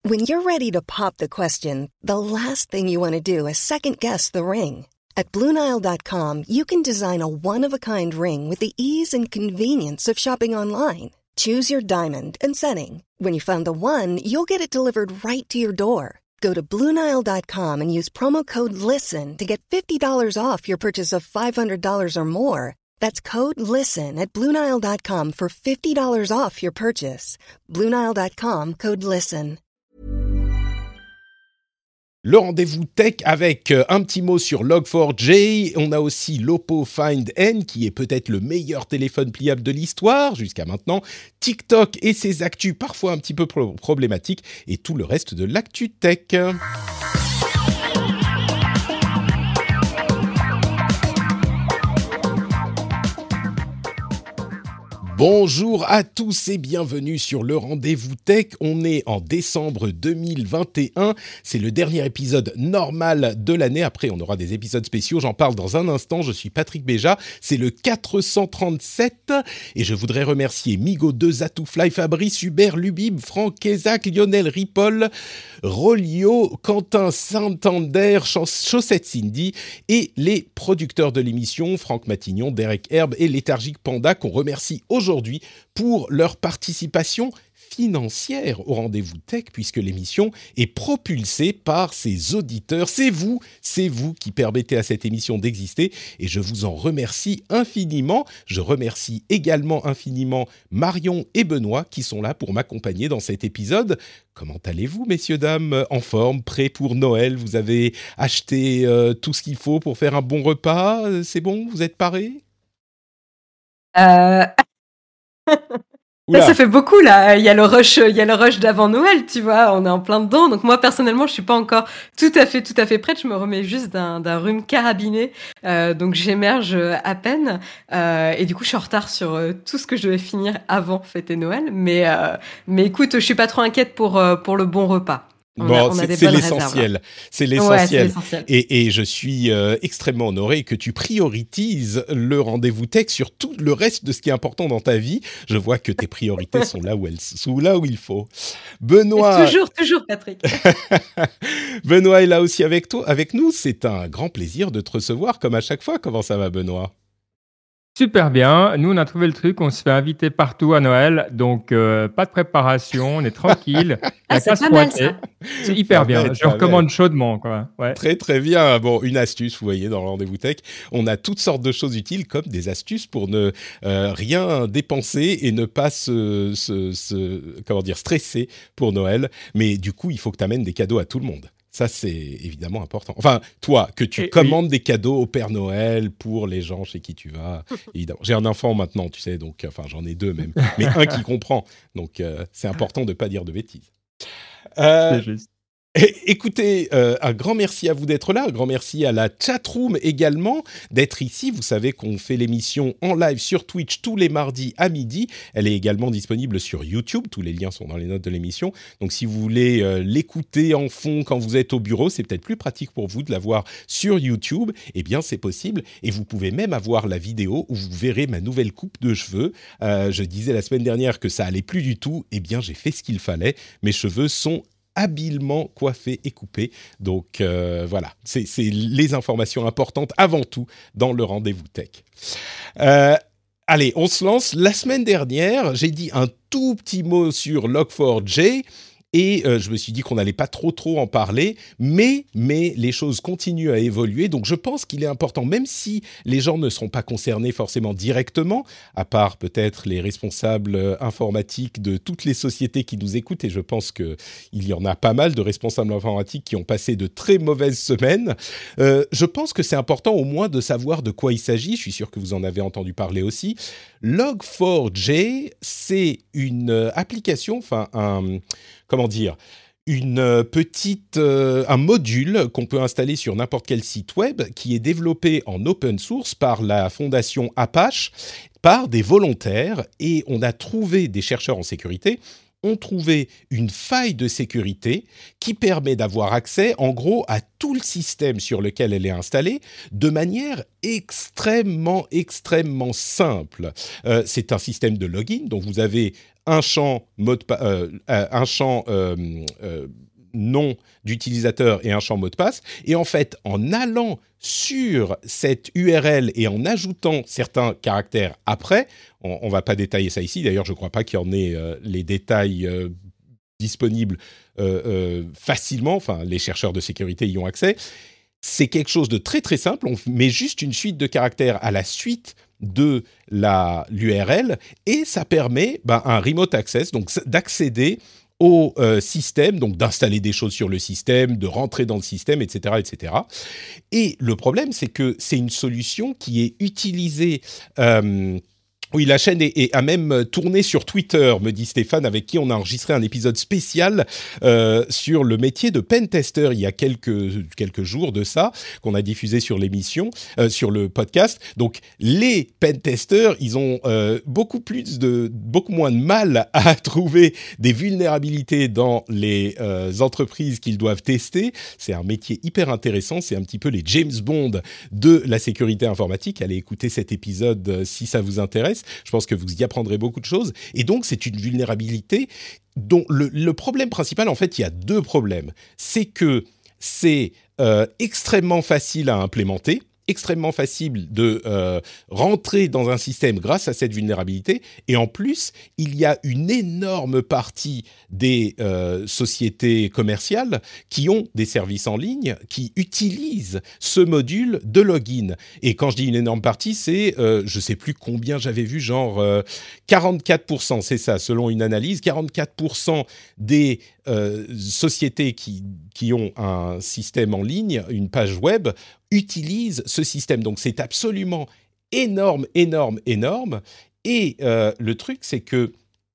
When you're ready to pop the question, the last thing you want to do is second-guess the ring. At BlueNile.com, you can design a one-of-a-kind ring with the ease and convenience of shopping online. Choose your diamond and setting. When you find the one, you'll get it delivered right to your door. Go to BlueNile.com and use promo code LISTEN to get $50 off your purchase of $500 or more. That's code LISTEN at BlueNile.com for $50 off your purchase. BlueNile.com, code LISTEN. Le rendez-vous tech avec un petit mot sur Log4j. On a aussi l'Oppo Find N qui est peut-être le meilleur téléphone pliable de l'histoire jusqu'à maintenant. TikTok et ses actus parfois un petit peu problématiques et tout le reste de l'actu tech. Bonjour à tous et bienvenue sur le Rendez-vous Tech. On est en décembre 2021. C'est le dernier épisode normal de l'année. Après, on aura des épisodes spéciaux. J'en parle dans un instant. Je suis Patrick Béja. C'est le 437. Et je voudrais remercier Migo2, Zatoufly, Fabrice, Hubert, Lubib, Franck, Kézak, Lionel, Ripoll, Rolio, Quentin, Santander, Chaussette Cindy et les producteurs de l'émission, Franck Matignon, Derek Herbe et Léthargique Panda, qu'on remercie aujourd'hui pour leur participation financière au Rendez-vous Tech, puisque l'émission est propulsée par ses auditeurs. C'est vous qui permettez à cette émission d'exister et je vous en remercie infiniment. Je remercie également infiniment Marion et Benoît qui sont là pour m'accompagner dans cet épisode. Comment allez-vous, messieurs, dames? En forme, prêts pour Noël? Vous avez acheté tout ce qu'il faut pour faire un bon repas? C'est bon? Vous êtes parés? Ça fait beaucoup là. Il y a le rush d'avant Noël, tu vois. On est en plein dedans. Donc moi personnellement, je suis pas encore tout à fait prête. Je me remets juste d'un rhume carabiné, donc j'émerge à peine. Et du coup, je suis en retard sur tout ce que je devais finir avant fêter Noël. Mais écoute, je suis pas trop inquiète pour le bon repas. On a c'est l'essentiel. C'est l'essentiel. Et je suis extrêmement honoré que tu priorises le Rendez-vous Tech sur tout le reste de ce qui est important dans ta vie. Je vois que tes priorités sont là où il faut. Benoît. Toujours, Patrick. Benoît est là aussi avec nous. C'est un grand plaisir de te recevoir comme à chaque fois. Comment ça va, Benoît? Super bien. Nous, on a trouvé le truc. On se fait inviter partout à Noël. Donc, pas de préparation. On est tranquille. C'est pas mal, ça. C'est hyper bien. Je recommande chaudement, quoi. Ouais. Très, très bien. Bon, une astuce, vous voyez, dans le Rendez-vous Tech. On a toutes sortes de choses utiles, comme des astuces pour ne rien dépenser et ne pas stresser pour Noël. Mais du coup, il faut que tu amènes des cadeaux à tout le monde. Ça, c'est évidemment important. Enfin, toi, que tu commandes des cadeaux au Père Noël pour les gens chez qui tu vas, évidemment. J'ai un enfant maintenant, tu sais, donc, enfin, j'en ai deux même, mais un qui comprend. Donc, c'est important de ne pas dire de bêtises. C'est juste. Écoutez, un grand merci à vous d'être là, un grand merci à la chatroom également d'être ici. Vous savez qu'on fait l'émission en live sur Twitch tous les mardis à midi. Elle est également disponible sur YouTube. Tous les liens sont dans les notes de l'émission. Donc si vous voulez l'écouter en fond quand vous êtes au bureau, c'est peut-être plus pratique pour vous de la voir sur YouTube. Eh bien, c'est possible. Et vous pouvez même avoir la vidéo où vous verrez ma nouvelle coupe de cheveux. Je disais la semaine dernière que ça allait plus du tout. Eh bien, j'ai fait ce qu'il fallait. Mes cheveux sont habilement coiffé et coupé. Donc voilà, c'est les informations importantes avant tout dans le Rendez-vous Tech. Allez, on se lance. La semaine dernière, j'ai dit un tout petit mot sur Log4j. Et je me suis dit qu'on n'allait pas trop en parler, mais les choses continuent à évoluer. Donc je pense qu'il est important, même si les gens ne seront pas concernés forcément directement, à part peut-être les responsables informatiques de toutes les sociétés qui nous écoutent, et je pense qu'il y en a pas mal de responsables informatiques qui ont passé de très mauvaises semaines. Je pense que c'est important au moins de savoir de quoi il s'agit. Je suis sûr que vous en avez entendu parler aussi. Log4j, c'est une application, enfin un module qu'on peut installer sur n'importe quel site web qui est développé en open source par la fondation Apache, par des volontaires, et on a trouvé, des chercheurs en sécurité ont trouvé une faille de sécurité qui permet d'avoir accès, en gros, à tout le système sur lequel elle est installée de manière extrêmement simple. C'est un système de login, donc vous avez un champ nom d'utilisateur et un champ mot de passe. Et en fait, en allant sur cette URL et en ajoutant certains caractères après, on ne va pas détailler ça ici, d'ailleurs je ne crois pas qu'il y en ait les détails disponibles facilement, enfin les chercheurs de sécurité y ont accès. C'est quelque chose de très très simple, on met juste une suite de caractères à la suite de l'URL et ça permet un remote access, donc d'accéder au système, donc d'installer des choses sur le système, de rentrer dans le système, etc., etc. Et le problème, c'est que c'est une solution qui est utilisée... oui, la chaîne a même tourné sur Twitter, me dit Stéphane, avec qui on a enregistré un épisode spécial sur le métier de pentester il y a quelques jours de ça, qu'on a diffusé sur l'émission, sur le podcast. Donc, les pentesters, ils ont beaucoup moins de mal à trouver des vulnérabilités dans les entreprises qu'ils doivent tester. C'est un métier hyper intéressant, c'est un petit peu les James Bond de la sécurité informatique. Allez écouter cet épisode si ça vous intéresse. Je pense que vous y apprendrez beaucoup de choses. Et donc, c'est une vulnérabilité dont le problème principal, en fait, il y a deux problèmes. C'est que c'est extrêmement facile à implémenter, extrêmement facile de rentrer dans un système grâce à cette vulnérabilité. Et en plus, il y a une énorme partie des sociétés commerciales qui ont des services en ligne, qui utilisent ce module de login. Et quand je dis une énorme partie, c'est, je ne sais plus combien j'avais vu, genre 44%, c'est ça, selon une analyse, 44% des sociétés qui ont un système en ligne, une page web, utilisent ce système. Donc, c'est absolument énorme, énorme, énorme. Et le truc, c'est que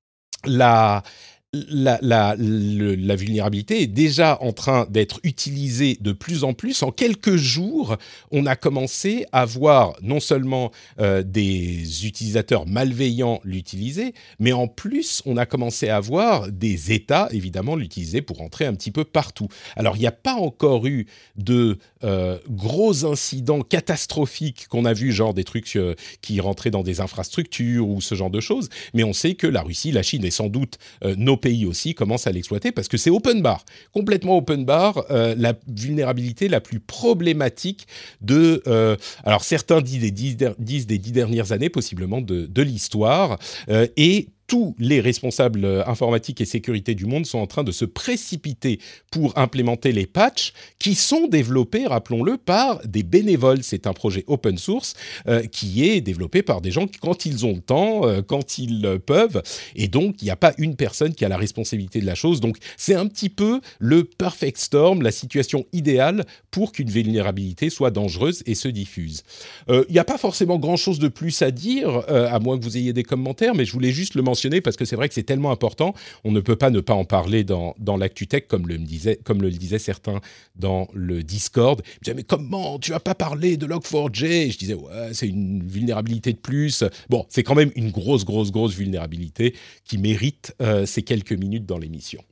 la vulnérabilité est déjà en train d'être utilisée de plus en plus. En quelques jours, on a commencé à voir non seulement des utilisateurs malveillants l'utiliser, mais en plus, on a commencé à voir des États, évidemment, l'utiliser pour rentrer un petit peu partout. Alors, il n'y a pas encore eu de gros incidents catastrophiques qu'on a vus, genre des trucs qui rentraient dans des infrastructures ou ce genre de choses, mais on sait que la Russie, la Chine et sans doute nos pays aussi commencent à l'exploiter parce que c'est open bar, complètement open bar, la vulnérabilité la plus problématique de... alors certains disent des 10 dernières années, possiblement de l'histoire, et tous les responsables informatiques et sécurité du monde sont en train de se précipiter pour implémenter les patchs qui sont développés, rappelons-le, par des bénévoles. C'est un projet open source qui est développé par des gens qui, quand ils ont le temps, quand ils peuvent. Et donc, il n'y a pas une personne qui a la responsabilité de la chose. Donc, c'est un petit peu le perfect storm, la situation idéale pour qu'une vulnérabilité soit dangereuse et se diffuse. Il n'y a pas forcément grand-chose de plus à dire, à moins que vous ayez des commentaires, mais je voulais juste le mentionner parce que c'est vrai que c'est tellement important, on ne peut pas ne pas en parler dans l'ActuTech, comme le disaient certains dans le Discord. Ils me disaient, mais comment tu vas pas parler de Log4j? Et je disais, ouais, c'est une vulnérabilité de plus. Bon, c'est quand même une grosse vulnérabilité qui mérite ces quelques minutes dans l'émission.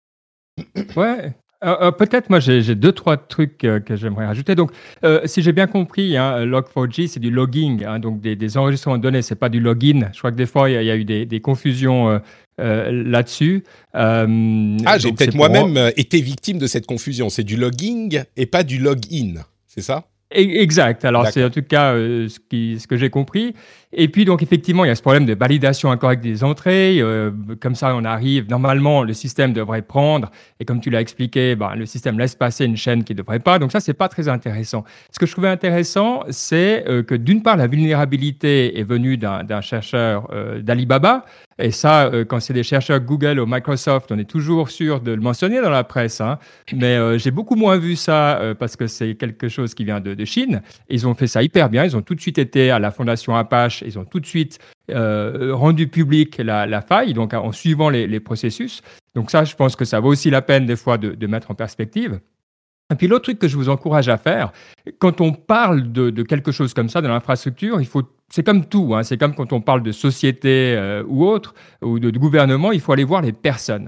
Ouais. Peut-être, moi, j'ai 2-3 trucs que j'aimerais rajouter. Donc, si j'ai bien compris, hein, Log4j, c'est du logging, hein, donc des enregistrements de données, c'est pas du login. Je crois que des fois, il y a eu des confusions là-dessus. J'ai peut-être moi-même été victime de cette confusion. C'est du logging et pas du login, c'est ça ? Exact. Alors, D'accord. c'est en tout cas ce que j'ai compris. Et puis, donc, effectivement, il y a ce problème de validation incorrecte des entrées. Comme ça, on arrive. Normalement, le système devrait prendre. Et comme tu l'as expliqué, le système laisse passer une chaîne qui ne devrait pas. Donc, ça, c'est pas très intéressant. Ce que je trouvais intéressant, c'est que d'une part, la vulnérabilité est venue d'un chercheur d'Alibaba. Et ça, quand c'est des chercheurs Google ou Microsoft, on est toujours sûr de le mentionner dans la presse. Hein. Mais j'ai beaucoup moins vu ça parce que c'est quelque chose qui vient de Chine. Ils ont fait ça hyper bien. Ils ont tout de suite été à la fondation Apache. Ils ont tout de suite rendu public la faille, donc en suivant les processus. Donc ça, je pense que ça vaut aussi la peine des fois de mettre en perspective. Et puis l'autre truc que je vous encourage à faire, quand on parle de quelque chose comme ça, de l'infrastructure, c'est comme tout, hein, c'est comme quand on parle de société ou autre, ou de gouvernement, il faut aller voir les personnes.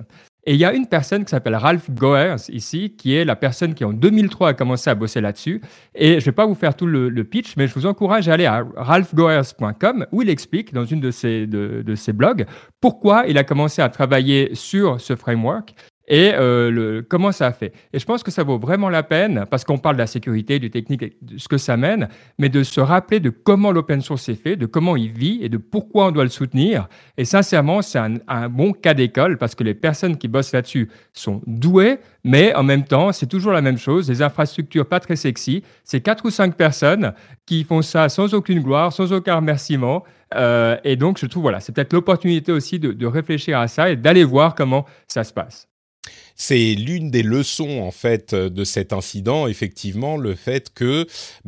Et il y a une personne qui s'appelle Ralph Goers ici, qui est la personne qui en 2003 a commencé à bosser là-dessus. Et je ne vais pas vous faire tout le pitch, mais je vous encourage à aller à ralphgoers.com où il explique dans une de ses blogs pourquoi il a commencé à travailler sur ce framework et comment ça a fait. Et je pense que ça vaut vraiment la peine, parce qu'on parle de la sécurité, du technique, et de ce que ça mène, mais de se rappeler de comment l'open source est fait, de comment il vit et de pourquoi on doit le soutenir. Et sincèrement, c'est un bon cas d'école, parce que les personnes qui bossent là-dessus sont douées, mais en même temps, c'est toujours la même chose, des infrastructures pas très sexy. C'est 4 ou 5 personnes qui font ça sans aucune gloire, sans aucun remerciement. Et donc, je trouve, voilà, c'est peut-être l'opportunité aussi de réfléchir à ça et d'aller voir comment ça se passe. C'est l'une des leçons en fait de cet incident, effectivement, le fait que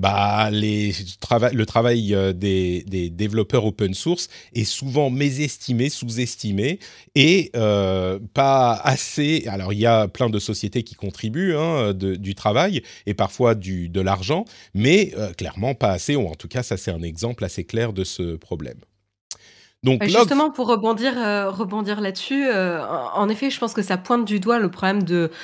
le travail des développeurs open source est souvent mésestimé, sous-estimé et pas assez. Alors il y a plein de sociétés qui contribuent du travail et parfois de l'argent, mais clairement pas assez. Ou en tout cas, ça c'est un exemple assez clair de ce problème. Donc, Justement, pour rebondir là-dessus, en effet, je pense que ça pointe du doigt le problème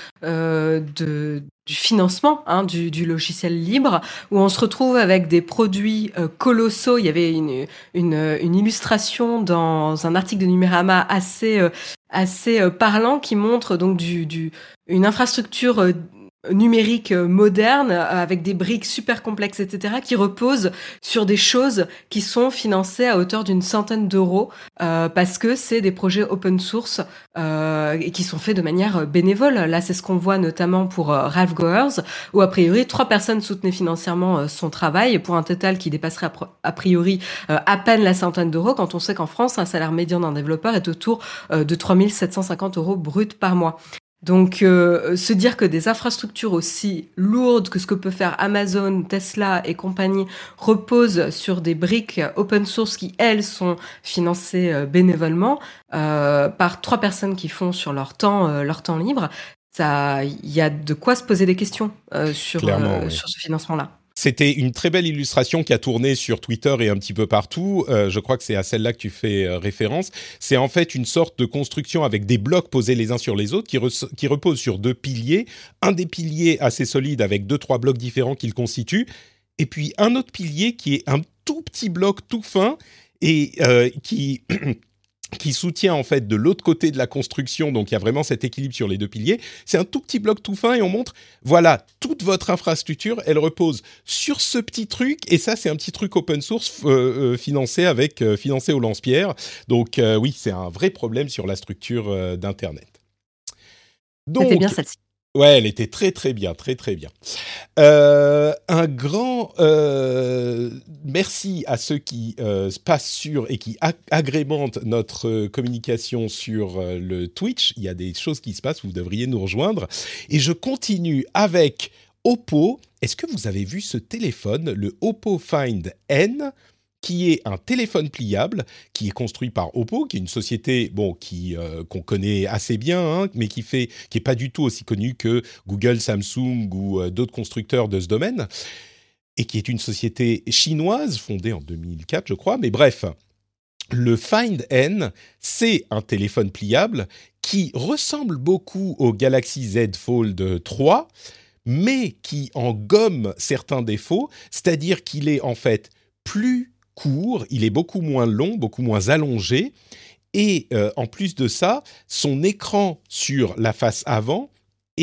du financement du logiciel libre, où on se retrouve avec des produits colossaux. Il y avait une illustration dans un article de Numérama assez parlant qui montre donc une infrastructure numérique moderne avec des briques super complexes, etc., qui reposent sur des choses qui sont financées à hauteur d'une centaine d'euros parce que c'est des projets open source et qui sont faits de manière bénévole. Là, c'est ce qu'on voit notamment pour Ralph Goers, où a priori 3 personnes soutenaient financièrement son travail pour un total qui dépasserait a priori à peine la centaine d'euros, quand on sait qu'en France, un salaire médian d'un développeur est autour de 3 750 euros bruts par mois. Donc, se dire que des infrastructures aussi lourdes que ce que peut faire Amazon, Tesla et compagnie reposent sur des briques open source qui, elles, sont financées bénévolement par 3 personnes qui font sur leur temps libre, il y a de quoi se poser des questions sur ce financement-là. C'était une très belle illustration qui a tourné sur Twitter et un petit peu partout. Je crois que c'est à celle-là que tu fais référence. C'est en fait une sorte de construction avec des blocs posés les uns sur les autres qui reposent sur 2 piliers. Un des piliers assez solide avec 2-3 blocs différents qui le constituent. Et puis un autre pilier qui est un tout petit bloc tout fin et qui soutient en fait de l'autre côté de la construction, donc il y a vraiment cet équilibre sur les 2 piliers. C'est un tout petit bloc tout fin et on montre, voilà, toute votre infrastructure, elle repose sur ce petit truc, et ça c'est un petit truc open source financé au lance-pierre. Donc oui, c'est un vrai problème sur la structure d'Internet. Donc, c'était bien celle-ci. Ouais, elle était très très bien, très très bien. Un grand merci à ceux qui passent sur et qui agrémentent notre communication sur le Twitch. Il y a des choses qui se passent, vous devriez nous rejoindre. Et je continue avec Oppo. Est-ce que vous avez vu ce téléphone, le Oppo Find N, qui est un téléphone pliable, qui est construit par Oppo, qui est une société qu'on connaît assez bien, mais qui est pas du tout aussi connue que Google, Samsung ou d'autres constructeurs de ce domaine, et qui est une société chinoise fondée en 2004, je crois. Mais bref, le Find N, c'est un téléphone pliable qui ressemble beaucoup au Galaxy Z Fold 3, mais qui en gomme certains défauts, c'est-à-dire qu'il est en fait plus court, il est beaucoup moins long, beaucoup moins allongé, et en plus de ça, son écran sur la face avant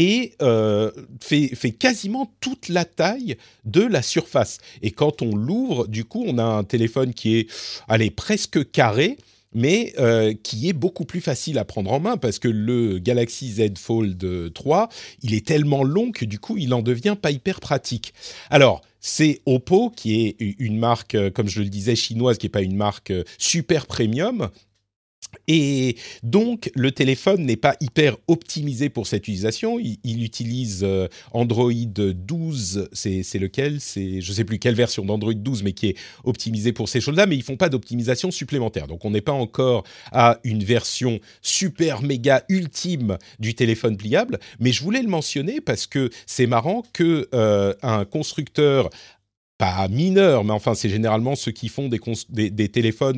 fait quasiment toute la taille de la surface. Et quand on l'ouvre, du coup, on a un téléphone qui est, presque carré, mais qui est beaucoup plus facile à prendre en main, parce que le Galaxy Z Fold 3, il est tellement long que du coup, il en devient pas hyper pratique. Alors, c'est Oppo, qui est une marque, comme je le disais, chinoise, qui n'est pas une marque super premium. Et donc, le téléphone n'est pas hyper optimisé pour cette utilisation. Il utilise Android 12, c'est lequel ? Je ne sais plus quelle version d'Android 12, mais qui est optimisé pour ces choses-là, mais ils ne font pas d'optimisation supplémentaire. Donc, on n'est pas encore à une version super méga ultime du téléphone pliable, mais je voulais le mentionner parce que c'est marrant qu'un constructeur, pas mineur, mais enfin, c'est généralement ceux qui font des téléphones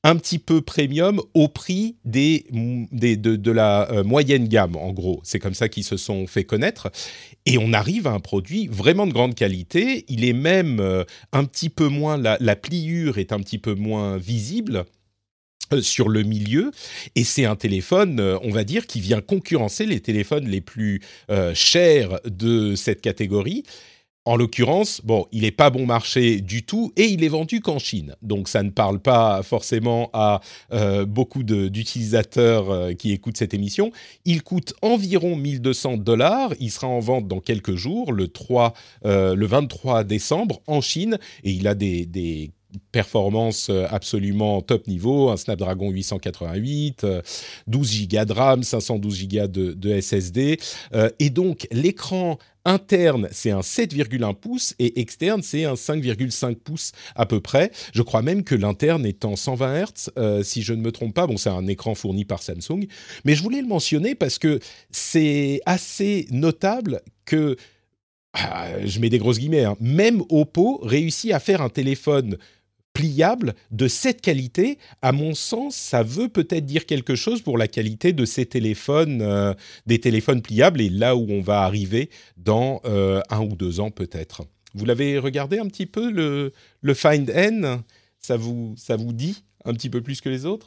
un petit peu premium au prix de la moyenne gamme, en gros. C'est comme ça qu'ils se sont fait connaître. Et on arrive à un produit vraiment de grande qualité. Il est même un petit peu moins... La pliure est un petit peu moins visible sur le milieu, et c'est un téléphone, on va dire, qui vient concurrencer les téléphones les plus chers de cette catégorie. En l'occurrence, bon, il n'est pas bon marché du tout et il est vendu qu'en Chine. Donc, ça ne parle pas forcément à beaucoup d'utilisateurs qui écoutent cette émission. Il coûte environ $1 200. Il sera en vente dans quelques jours, le 23 décembre, en Chine. Et il a des performance absolument top niveau, un Snapdragon 888, 12 Go de RAM, 512 Go de SSD. Et donc, l'écran interne, c'est un 7,1 pouces et externe, c'est un 5,5 pouces à peu près. Je crois même que l'interne est en 120 Hz, si je ne me trompe pas. Bon, c'est un écran fourni par Samsung. Mais je voulais le mentionner parce que c'est assez notable que, je mets des grosses guillemets, hein, même Oppo réussit à faire un téléphone pliable de cette qualité. À mon sens, ça veut peut-être dire quelque chose pour la qualité de ces téléphones, des téléphones pliables, et là où on va arriver dans 1 ou 2 ans peut-être. Vous l'avez regardé un petit peu, le Find N ? Ça vous dit un petit peu plus que les autres ?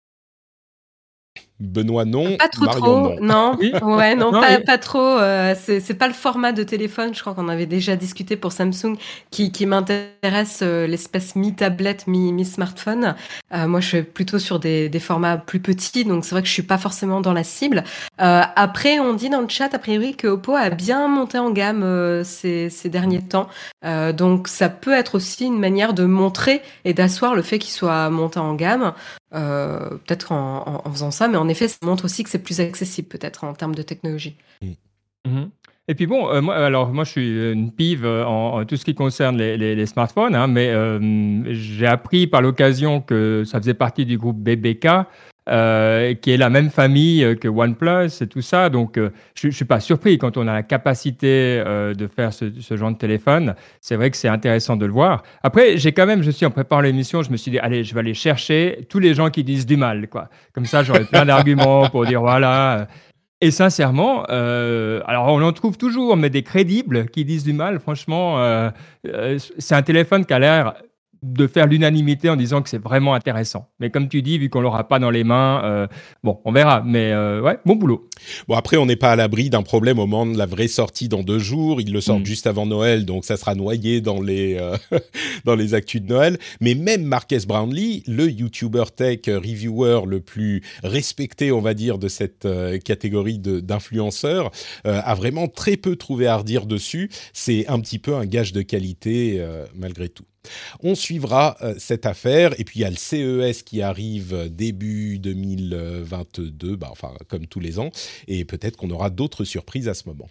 Benoît, non. Pas trop, Marion, non. non. Oui. Ouais, non, Non, pas trop. C'est pas le format de téléphone. Je crois qu'on avait déjà discuté pour Samsung qui m'intéresse, l'espèce mi-tablette, mi-smartphone. Moi, je suis plutôt sur des formats plus petits, donc c'est vrai que je suis pas forcément dans la cible. Après, on dit dans le chat, a priori, que Oppo a bien monté en gamme ces derniers temps. Donc, ça peut être aussi une manière de montrer et d'asseoir le fait qu'il soit monté en gamme. Peut-être en faisant ça, mais en effet, ça montre aussi que c'est plus accessible, peut-être, en termes de technologie. Mhm. Et puis bon, moi, je suis une pive en tout ce qui concerne les smartphones, hein, mais j'ai appris par l'occasion que ça faisait partie du groupe BBK, qui est la même famille que OnePlus et tout ça. Donc, je ne suis pas surpris quand on a la capacité de faire ce genre de téléphone. C'est vrai que c'est intéressant de le voir. Après, en préparant l'émission, je me suis dit, allez, je vais aller chercher tous les gens qui disent du mal, quoi. Comme ça, j'aurai plein d'arguments pour dire, voilà. Et sincèrement, alors on en trouve toujours, mais des crédibles qui disent du mal, franchement, c'est un téléphone qui a l'air de faire l'unanimité en disant que c'est vraiment intéressant. Mais comme tu dis, vu qu'on l'aura pas dans les mains, bon, on verra. Mais ouais, bon boulot. Bon, après, on n'est pas à l'abri d'un problème au moment de la vraie sortie dans 2 jours. Ils le sortent juste avant Noël, donc ça sera noyé dans les dans les actus de Noël. Mais même Marques Brownlee, le YouTuber tech reviewer le plus respecté, on va dire, de cette catégorie d'influenceurs, a vraiment très peu trouvé à redire dessus. C'est un petit peu un gage de qualité, malgré tout. On suivra cette affaire, et puis il y a le CES qui arrive début 2022, enfin comme tous les ans, et peut-être qu'on aura d'autres surprises à ce moment.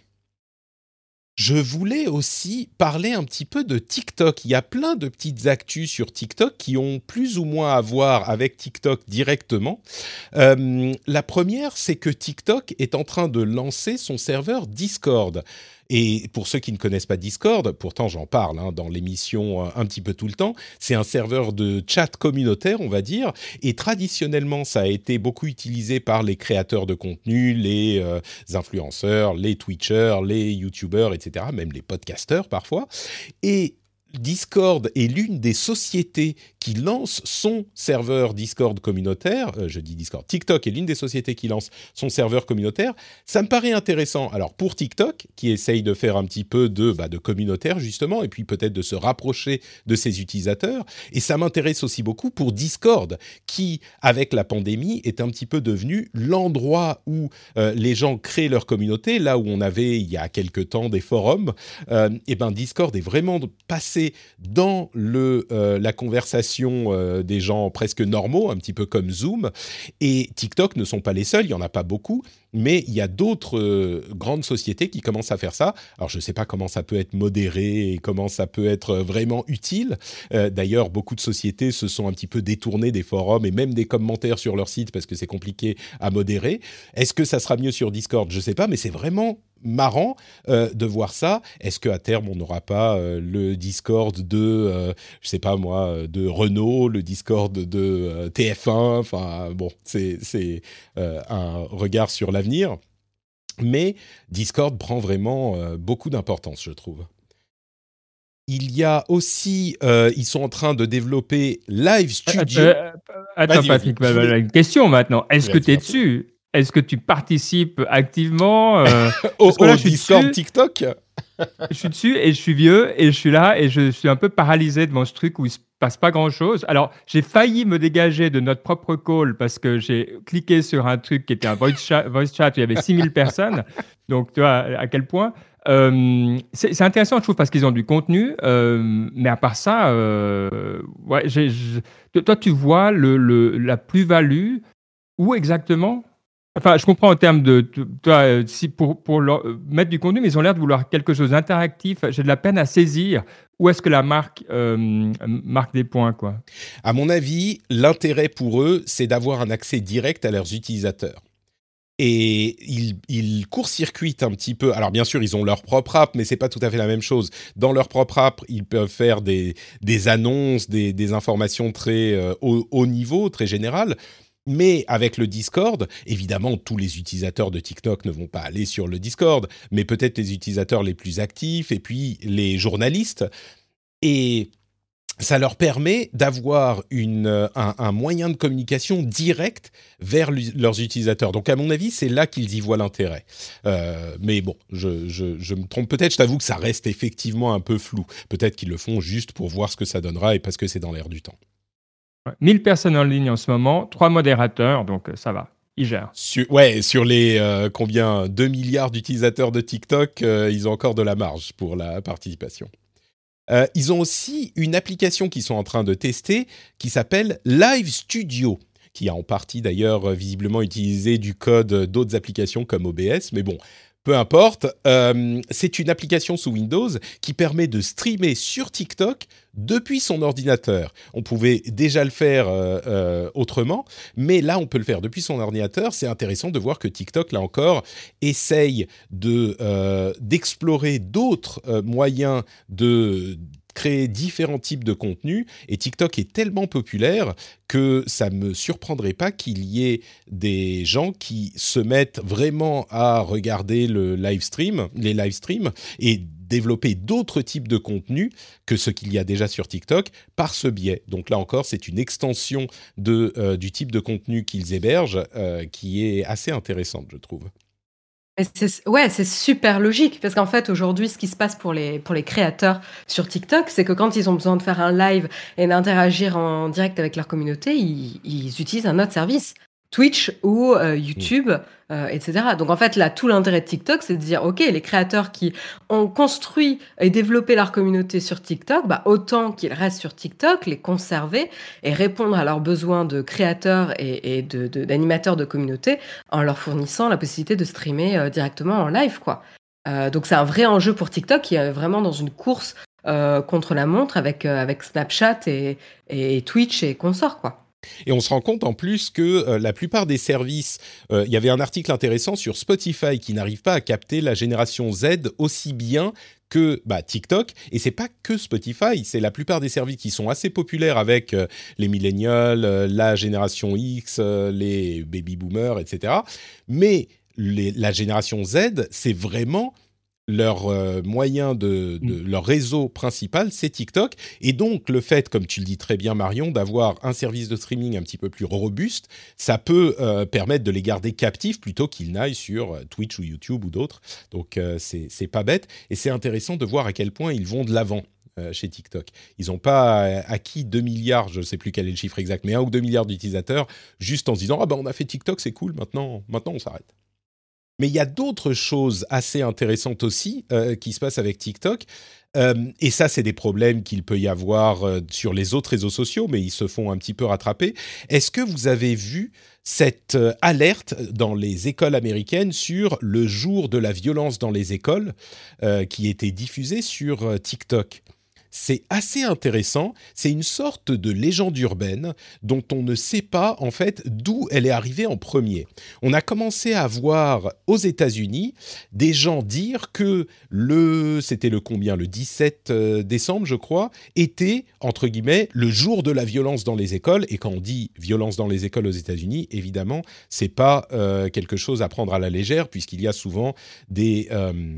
Je voulais aussi parler un petit peu de TikTok. Il y a plein de petites actus sur TikTok qui ont plus ou moins à voir avec TikTok directement. La première, c'est que TikTok est en train de lancer son serveur Discord. Et pour ceux qui ne connaissent pas Discord, pourtant j'en parle dans l'émission un petit peu tout le temps, c'est un serveur de chat communautaire, on va dire, et traditionnellement ça a été beaucoup utilisé par les créateurs de contenu, les influenceurs, les Twitchers, les YouTubers, etc., même les podcasteurs parfois. Et Discord est l'une des sociétés qui lance son serveur Discord communautaire. Je dis Discord. TikTok est l'une des sociétés qui lance son serveur communautaire. Ça me paraît intéressant. Alors, pour TikTok, qui essaye de faire un petit peu de communautaire, justement, et puis peut-être de se rapprocher de ses utilisateurs. Et ça m'intéresse aussi beaucoup pour Discord, qui, avec la pandémie, est un petit peu devenu l'endroit où les gens créent leur communauté. Là où on avait, il y a quelque temps, des forums. Et ben, Discord est vraiment passé dans la conversation des gens presque normaux, un petit peu comme Zoom. Et TikTok ne sont pas les seuls, il n'y en a pas beaucoup, mais il y a d'autres grandes sociétés qui commencent à faire ça. Alors, je ne sais pas comment ça peut être modéré et comment ça peut être vraiment utile. D'ailleurs, beaucoup de sociétés se sont un petit peu détournées des forums et même des commentaires sur leur site parce que c'est compliqué à modérer. Est-ce que ça sera mieux sur Discord ? Je ne sais pas, mais c'est vraiment marrant de voir ça. Est-ce qu'à terme, on n'aura pas le Discord de, je sais pas moi, de Renault, le Discord de TF1 ? Enfin, bon, c'est un regard sur l'avenir. Mais Discord prend vraiment beaucoup d'importance, je trouve. Il y a aussi, ils sont en train de développer Live Studio. Attends, Patrick, une question maintenant. Est-ce que tu es dessus ? Est-ce que tu participes activement au Discord TikTok ? Je suis dessus et je suis vieux et je suis là et je suis un peu paralysé devant ce truc où il se passe pas grand-chose. Alors, j'ai failli me dégager de notre propre call parce que j'ai cliqué sur un truc qui était un voice chat où il y avait 6000 personnes. Donc, tu vois à quel point. C'est intéressant, je trouve, parce qu'ils ont du contenu. Mais à part ça, ouais, toi, tu vois la plus-value où exactement ? Enfin, je comprends en termes de, toi, si pour leur, mettre du contenu, mais ils ont l'air de vouloir quelque chose d'interactif. J'ai de la peine à saisir où est-ce que la marque marque des points, quoi. À mon avis, l'intérêt pour eux, c'est d'avoir un accès direct à leurs utilisateurs. Et ils court-circuitent un petit peu. Alors bien sûr, ils ont leur propre app, mais c'est pas tout à fait la même chose. Dans leur propre app, ils peuvent faire des annonces, des informations très haut niveau, très générales. Mais avec le Discord, évidemment, tous les utilisateurs de TikTok ne vont pas aller sur le Discord, mais peut-être les utilisateurs les plus actifs et puis les journalistes. Et ça leur permet d'avoir un moyen de communication direct vers leurs utilisateurs. Donc, à mon avis, c'est là qu'ils y voient l'intérêt. Mais bon, je me trompe peut-être. Je t'avoue que ça reste effectivement un peu flou. Peut-être qu'ils le font juste pour voir ce que ça donnera et parce que c'est dans l'air du temps. 1000 personnes en ligne en ce moment, 3 modérateurs, donc ça va, ils gèrent. Sur les 2 milliards d'utilisateurs de TikTok, ils ont encore de la marge pour la participation. Ils ont aussi une application qu'ils sont en train de tester qui s'appelle Live Studio, qui a en partie d'ailleurs visiblement utilisé du code d'autres applications comme OBS, mais bon, peu importe. C'est une application sous Windows qui permet de streamer sur TikTok depuis son ordinateur. On pouvait déjà le faire autrement, mais là, on peut le faire depuis son ordinateur. C'est intéressant de voir que TikTok, là encore, essaye d'explorer d'autres moyens de créer différents types de contenus, et TikTok est tellement populaire que ça ne me surprendrait pas qu'il y ait des gens qui se mettent vraiment à regarder les live streams, et développer d'autres types de contenus que ce qu'il y a déjà sur TikTok par ce biais. Donc là encore, c'est une extension du type de contenu qu'ils hébergent qui est assez intéressante, je trouve. C'est super logique parce qu'en fait aujourd'hui ce qui se passe pour les créateurs sur TikTok, c'est que quand ils ont besoin de faire un live et d'interagir en direct avec leur communauté, ils utilisent un autre service, Twitch ou YouTube, etc. Donc en fait là tout l'intérêt de TikTok, c'est de dire ok, les créateurs qui ont construit et développé leur communauté sur TikTok, bah autant qu'ils restent sur TikTok, les conserver et répondre à leurs besoins de créateurs et d'animateurs de communauté en leur fournissant la possibilité de streamer directement en live, quoi. Donc c'est un vrai enjeu pour TikTok qui est vraiment dans une course contre la montre avec Snapchat et Twitch et consorts, quoi. Et on se rend compte en plus que la plupart des services, il y avait un article intéressant sur Spotify qui n'arrive pas à capter la génération Z aussi bien que TikTok. Et c'est pas que Spotify, c'est la plupart des services qui sont assez populaires avec les millennials, la génération X, les baby boomers, etc. Mais la génération Z, c'est vraiment leur moyen leur réseau principal, c'est TikTok. Et donc, le fait, comme tu le dis très bien, Marion, d'avoir un service de streaming un petit peu plus robuste, ça peut permettre de les garder captifs plutôt qu'ils n'aillent sur Twitch ou YouTube ou d'autres. Donc, c'est pas bête. Et c'est intéressant de voir à quel point ils vont de l'avant chez TikTok. Ils n'ont pas acquis 2 milliards, je ne sais plus quel est le chiffre exact, mais 1 ou 2 milliards d'utilisateurs, juste en se disant « Ah ben, on a fait TikTok, c'est cool, maintenant on s'arrête ». Mais il y a d'autres choses assez intéressantes aussi qui se passent avec TikTok. Et ça, c'est des problèmes qu'il peut y avoir sur les autres réseaux sociaux, mais ils se font un petit peu rattraper. Est-ce que vous avez vu cette alerte dans les écoles américaines sur le jour de la violence dans les écoles qui était diffusée sur TikTok ? c'est assez intéressant. C'est une sorte de légende urbaine dont on ne sait pas en fait d'où elle est arrivée en premier. On a commencé à voir aux États-Unis des gens dire que c'était le combien, le 17 décembre, je crois, était entre guillemets le jour de la violence dans les écoles. Et quand on dit violence dans les écoles aux États-Unis, évidemment, c'est pas quelque chose à prendre à la légère, puisqu'il y a souvent des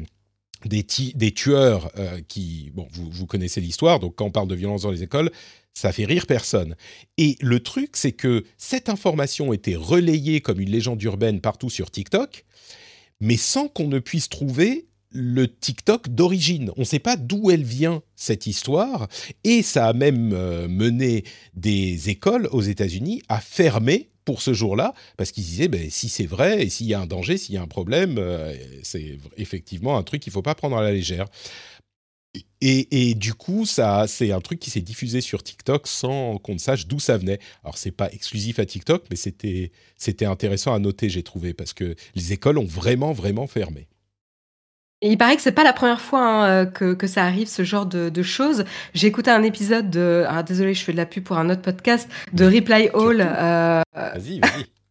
tueurs qui... Bon, vous connaissez l'histoire, donc quand on parle de violence dans les écoles, ça fait rire personne. Et le truc, c'est que cette information était relayée comme une légende urbaine partout sur TikTok, mais sans qu'on ne puisse trouver le TikTok d'origine. On ne sait pas d'où elle vient, cette histoire, et ça a même mené des écoles aux États-Unis à fermer pour ce jour-là, parce qu'ils disaient, si c'est vrai, et s'il y a un danger, s'il y a un problème, c'est effectivement un truc qu'il ne faut pas prendre à la légère. Et du coup, c'est un truc qui s'est diffusé sur TikTok sans qu'on ne sache d'où ça venait. Alors, c'est pas exclusif à TikTok, mais c'était intéressant à noter, j'ai trouvé, parce que les écoles ont vraiment, vraiment fermé. Et il paraît que c'est pas la première fois que ça arrive, ce genre de choses. J'ai écouté un épisode désolé, je fais de la pub pour un autre podcast, de Reply All. Vas-y.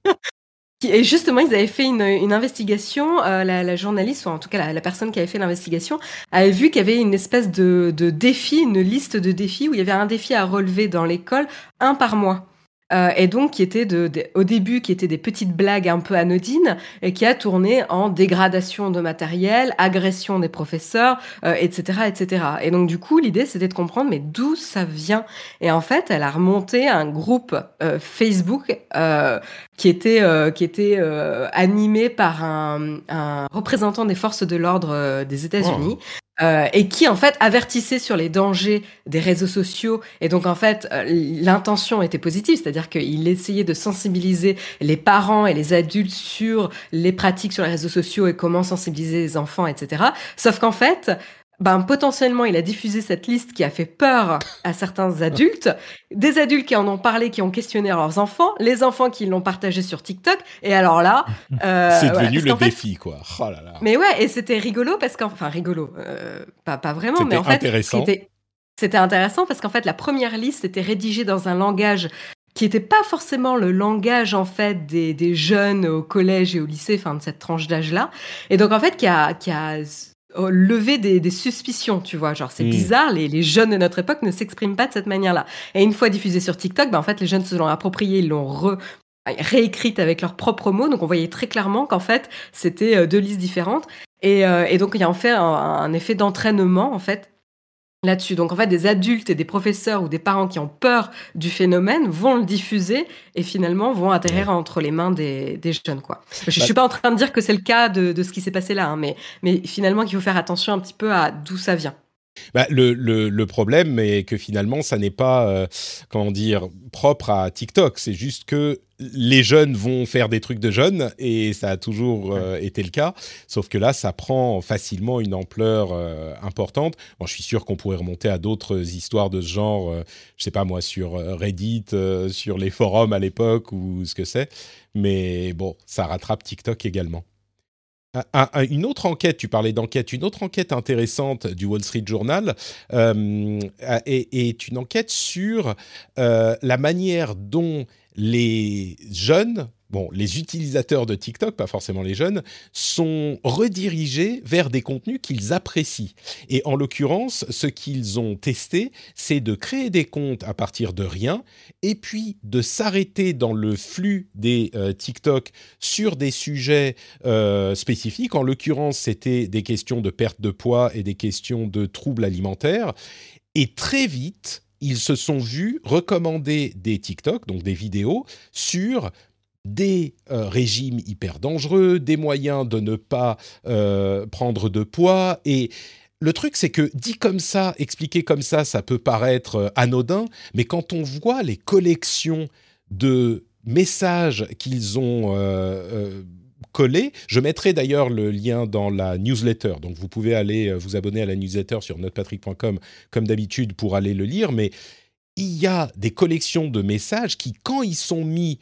Et justement, ils avaient fait une investigation. La journaliste, ou en tout cas la personne qui avait fait l'investigation, avait vu qu'il y avait une espèce de défi, une liste de défis où il y avait un défi à relever dans l'école, un par mois. Et donc qui était au début qui étaient des petites blagues un peu anodines et qui a tourné en dégradation de matériel, agression des professeurs, etc. Et donc du coup l'idée c'était de comprendre mais d'où ça vient. Et en fait elle a remonté un groupe Facebook qui était animé par un représentant des forces de l'ordre des États-Unis. Oh. Et qui en fait avertissait sur les dangers des réseaux sociaux, et donc en fait l'intention était positive, c'est-à-dire qu'il essayait de sensibiliser les parents et les adultes sur les pratiques sur les réseaux sociaux et comment sensibiliser les enfants, etc. Sauf qu'en fait potentiellement, il a diffusé cette liste qui a fait peur à certains adultes, des adultes qui en ont parlé, qui ont questionné leurs enfants, les enfants qui l'ont partagé sur TikTok, et alors là... c'est devenu le défi, quoi. Oh là là. Mais ouais, et c'était rigolo, rigolo, pas vraiment, c'était mais en fait... Intéressant. C'était intéressant parce qu'en fait, la première liste était rédigée dans un langage qui n'était pas forcément le langage en fait des jeunes au collège et au lycée, enfin de cette tranche d'âge-là, et donc en fait qui a lever des suspicions, tu vois, genre c'est bizarre, les jeunes de notre époque ne s'expriment pas de cette manière-là. Et une fois diffusé sur TikTok, en fait les jeunes se l'ont approprié, ils l'ont réécrite avec leurs propres mots, donc on voyait très clairement qu'en fait c'était deux listes différentes, et donc il y a en fait un effet d'entraînement en fait là-dessus. Donc en fait des adultes et des professeurs ou des parents qui ont peur du phénomène vont le diffuser et finalement vont atterrir entre les mains des jeunes, quoi. Je suis pas en train de dire que c'est le cas de ce qui s'est passé là, hein, mais finalement qu'il faut faire attention un petit peu à d'où ça vient. Le problème est que finalement ça n'est pas propre à TikTok, c'est juste que les jeunes vont faire des trucs de jeunes et ça a toujours été le cas, sauf que là ça prend facilement une ampleur importante. Bon, je suis sûr qu'on pourrait remonter à d'autres histoires de ce genre, je sais pas moi, sur Reddit, sur les forums à l'époque ou ce que c'est, mais bon, ça rattrape TikTok également. Une autre enquête, tu parlais d'enquête, une autre enquête intéressante du Wall Street Journal est une enquête sur la manière dont les jeunes, les utilisateurs de TikTok, pas forcément les jeunes, sont redirigés vers des contenus qu'ils apprécient. Et en l'occurrence, ce qu'ils ont testé, c'est de créer des comptes à partir de rien et puis de s'arrêter dans le flux des TikTok sur des sujets spécifiques. En l'occurrence, c'était des questions de perte de poids et des questions de troubles alimentaires. Et très vite, ils se sont vus recommander des TikTok, donc des vidéos, sur des régimes hyper dangereux, des moyens de ne pas prendre de poids. Et le truc, c'est que dit comme ça, expliqué comme ça peut paraître anodin, mais quand on voit les collections de messages qu'ils ont collés, je mettrai d'ailleurs le lien dans la newsletter, donc vous pouvez aller vous abonner à la newsletter sur notrepatrick.com comme d'habitude pour aller le lire, mais il y a des collections de messages qui, quand ils sont mis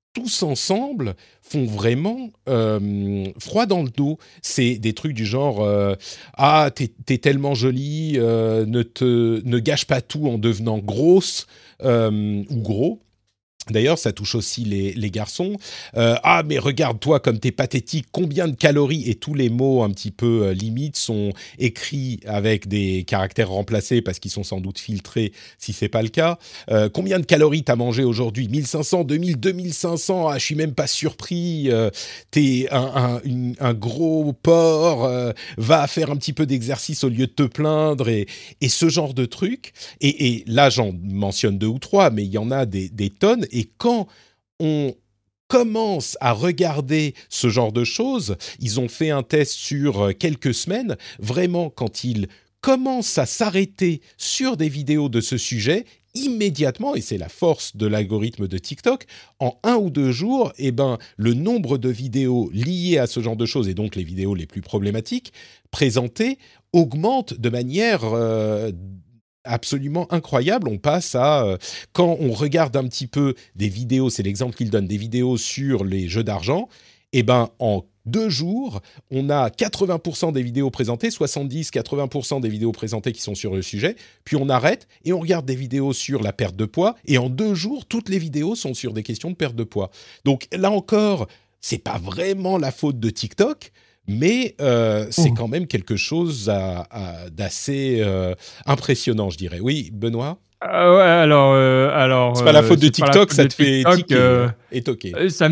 tous ensemble font vraiment froid dans le dos. C'est des trucs du genre ah, t'es tellement jolie, ne gâche pas tout en devenant grosse ou gros. D'ailleurs, ça touche aussi les garçons. Ah, mais regarde-toi comme t'es pathétique. Combien de calories, et tous les mots un petit peu limites sont écrits avec des caractères remplacés parce qu'ils sont sans doute filtrés si c'est pas le cas. Combien de calories t'as mangé aujourd'hui? 1500, 2000, 2500. Ah, je suis même pas surpris. T'es un gros porc. Va faire un petit peu d'exercice au lieu de te plaindre et ce genre de trucs. Et là, j'en mentionne 2 ou 3, mais il y en a des tonnes. Et quand on commence à regarder ce genre de choses, ils ont fait un test sur quelques semaines, vraiment quand ils commencent à s'arrêter sur des vidéos de ce sujet, immédiatement, et c'est la force de l'algorithme de TikTok, en 1 ou 2 jours, le nombre de vidéos liées à ce genre de choses, et donc les vidéos les plus problématiques, présentées, augmente de manière absolument incroyable. On passe à quand on regarde un petit peu des vidéos, c'est l'exemple qu'il donne, des vidéos sur les jeux d'argent, en 2 jours, on a 80% des vidéos présentées, 70-80% des vidéos présentées qui sont sur le sujet, puis on arrête et on regarde des vidéos sur la perte de poids, et en 2 jours, toutes les vidéos sont sur des questions de perte de poids. Donc là encore, c'est pas vraiment la faute de TikTok, mais c'est quand même quelque chose d'assez impressionnant, je dirais. Oui, Benoît? Ouais, alors, c'est pas la faute de c'est pas la TikTok, faute ça de te fait TikTok, tiquer et toquer. ça me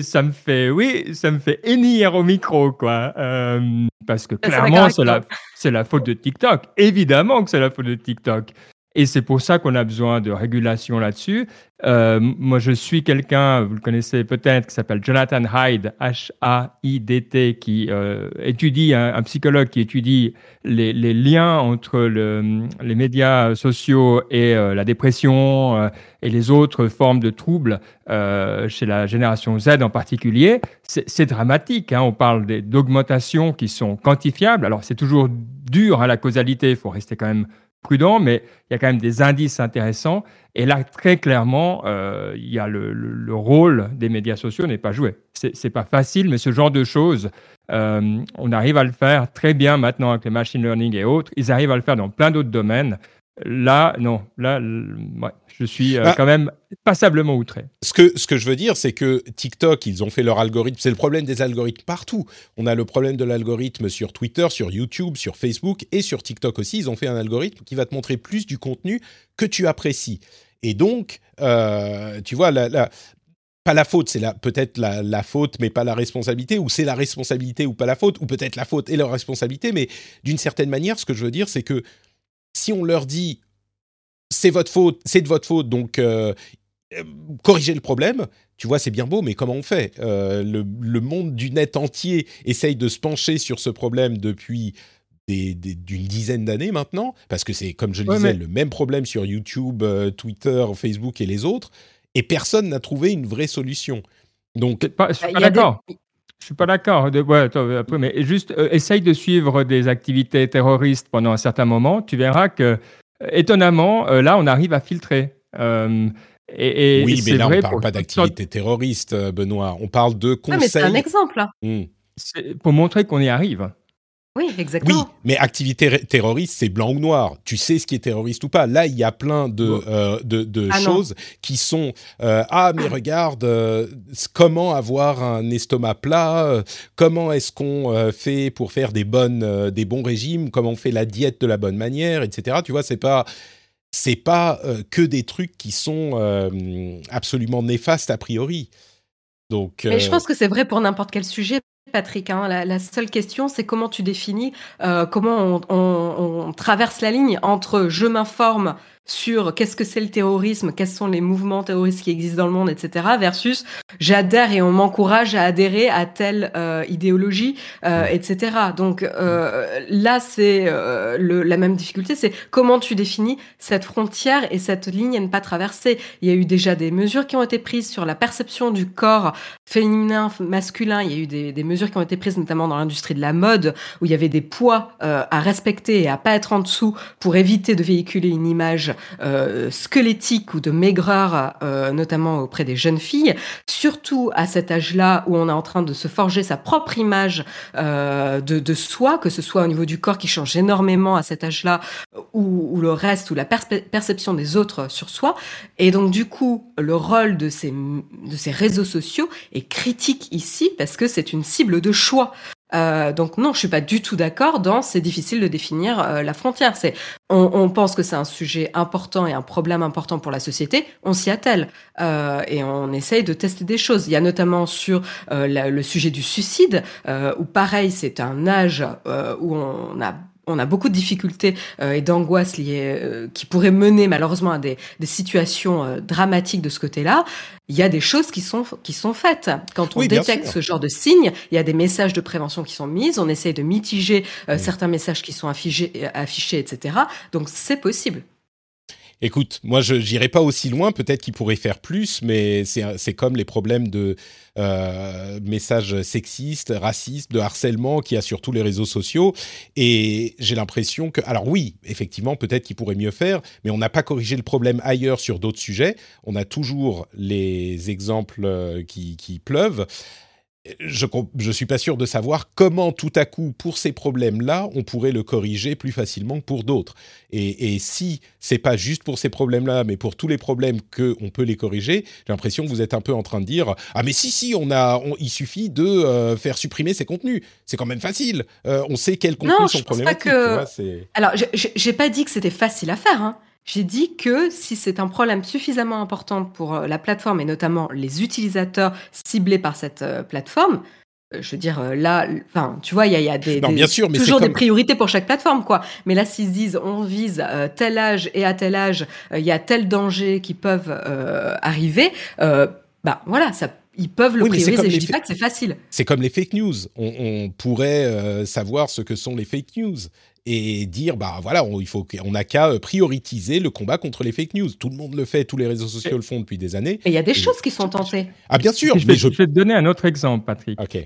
fait hennir au micro, quoi. Parce que Ça, clairement, d'accord. c'est la faute de TikTok. Évidemment que c'est la faute de TikTok. Et c'est pour ça qu'on a besoin de régulation là-dessus. Moi, je suis quelqu'un, vous le connaissez peut-être, qui s'appelle Jonathan Haidt, H-A-I-D-T, qui étudie, un psychologue qui étudie les liens entre les médias sociaux et la dépression et les autres formes de troubles chez la génération Z en particulier. C'est dramatique, hein. On parle d'augmentations qui sont quantifiables. Alors, c'est toujours dur, hein, la causalité, il faut rester quand même prudent, mais il y a quand même des indices intéressants. Et là, très clairement, il y a le rôle des médias sociaux n'est pas joué. C'est pas facile, mais ce genre de choses, on arrive à le faire très bien maintenant avec le machine learning et autres. Ils arrivent à le faire dans plein d'autres domaines. Là, non. Là, ouais, je suis quand même passablement outré. Ce que je veux dire, c'est que TikTok, ils ont fait leur algorithme. C'est le problème des algorithmes partout. On a le problème de l'algorithme sur Twitter, sur YouTube, sur Facebook et sur TikTok aussi. Ils ont fait un algorithme qui va te montrer plus du contenu que tu apprécies. Et donc, tu vois, pas la faute, c'est peut-être la faute, mais pas la responsabilité, ou c'est la responsabilité ou pas la faute, ou peut-être la faute et la responsabilité. Mais d'une certaine manière, ce que je veux dire, c'est que si on leur dit c'est votre faute, c'est de votre faute, donc corrigez le problème, tu vois, c'est bien beau, mais comment on fait? Le monde du net entier essaye de se pencher sur ce problème depuis d'une dizaine d'années maintenant, parce que c'est, comme je le disais, le même problème sur YouTube, Twitter, Facebook et les autres, et personne n'a trouvé une vraie solution. Donc, je suis pas d'accord. Je suis pas d'accord. Après, mais juste essaye de suivre des activités terroristes pendant un certain moment. Tu verras que, étonnamment, là, on arrive à filtrer. Oui, mais là, on ne parle pas d'activités terroristes, Benoît. On parle de conseils. Mais c'est un exemple, là. C'est pour montrer qu'on y arrive. Oui, exactement. Oui, mais activité terroriste, c'est blanc ou noir. Tu sais ce qui est terroriste ou pas. Là, il y a plein de choses qui sont mais regarde, comment avoir un estomac plat, comment est-ce qu'on fait pour faire des bons régimes, comment on fait la diète de la bonne manière, etc. Tu vois, c'est pas que des trucs qui sont absolument néfastes a priori. Donc, mais je pense que c'est vrai pour n'importe quel sujet, Patrick, hein. La seule question, c'est comment tu définis, comment on traverse la ligne entre je m'informe sur qu'est-ce que c'est le terrorisme, quels sont les mouvements terroristes qui existent dans le monde, etc., versus j'adhère et on m'encourage à adhérer à telle idéologie, etc. Donc là, c'est la même difficulté, c'est comment tu définis cette frontière et cette ligne à ne pas traverser. Il y a eu déjà des mesures qui ont été prises sur la perception du corps féminin, masculin. Il y a eu des mesures qui ont été prises notamment dans l'industrie de la mode, où il y avait des poids à respecter et à pas être en dessous pour éviter de véhiculer une image squelettique ou de maigreur, notamment auprès des jeunes filles, surtout à cet âge-là où on est en train de se forger sa propre image de soi, que ce soit au niveau du corps qui change énormément à cet âge-là, ou le reste, ou la perception des autres sur soi. Et donc du coup, le rôle de ces réseaux sociaux est critique ici parce que c'est une cible de choix. Donc non, je suis pas du tout d'accord c'est difficile de définir la frontière. On pense que c'est un sujet important et un problème important pour la société, on s'y attelle et on essaye de tester des choses. Il y a notamment sur le sujet du suicide, où pareil, c'est un âge où on a beaucoup de difficultés et d'angoisses liées qui pourraient mener malheureusement à des situations dramatiques de ce côté-là. Il y a des choses qui sont faites. Quand on détecte ce genre de signes, il y a des messages de prévention qui sont mis, on essaye de mitiger certains messages qui sont affichés, etc. Donc c'est possible. Écoute, moi je n'irai pas aussi loin, peut-être qu'il pourrait faire plus, mais c'est comme les problèmes de messages sexistes, racistes, de harcèlement qu'il y a sur tous les réseaux sociaux. Et j'ai l'impression que... Alors oui, effectivement, peut-être qu'il pourrait mieux faire, mais on n'a pas corrigé le problème ailleurs sur d'autres sujets. On a toujours les exemples qui pleuvent. Je suis pas sûr de savoir comment tout à coup, pour ces problèmes-là, on pourrait le corriger plus facilement que pour d'autres. Et si c'est pas juste pour ces problèmes-là, mais pour tous les problèmes qu'on peut les corriger, j'ai l'impression que vous êtes un peu en train de dire « Ah mais si, il suffit de faire supprimer ces contenus. C'est quand même facile. On sait quels contenus sont problématiques. » Non, je pense pas que... Alors, j'ai pas dit que c'était facile à faire, hein. J'ai dit que si c'est un problème suffisamment important pour la plateforme et notamment les utilisateurs ciblés par cette plateforme, je veux dire, là, enfin, tu vois, il y a bien sûr, mais toujours des priorités pour chaque plateforme, quoi. Mais là, s'ils se disent, on vise tel âge et à tel âge, il y a tel danger qui peuvent arriver, voilà, ça. Ils peuvent le prioriser. Je dis pas que c'est facile. C'est comme les fake news. On pourrait savoir ce que sont les fake news et dire, on n'a qu'à prioriser le combat contre les fake news. Tout le monde le fait, tous les réseaux sociaux le font depuis des années. Et il y a des choses qui sont tentées. Ah, bien sûr. Je vais te donner un autre exemple, Patrick. OK.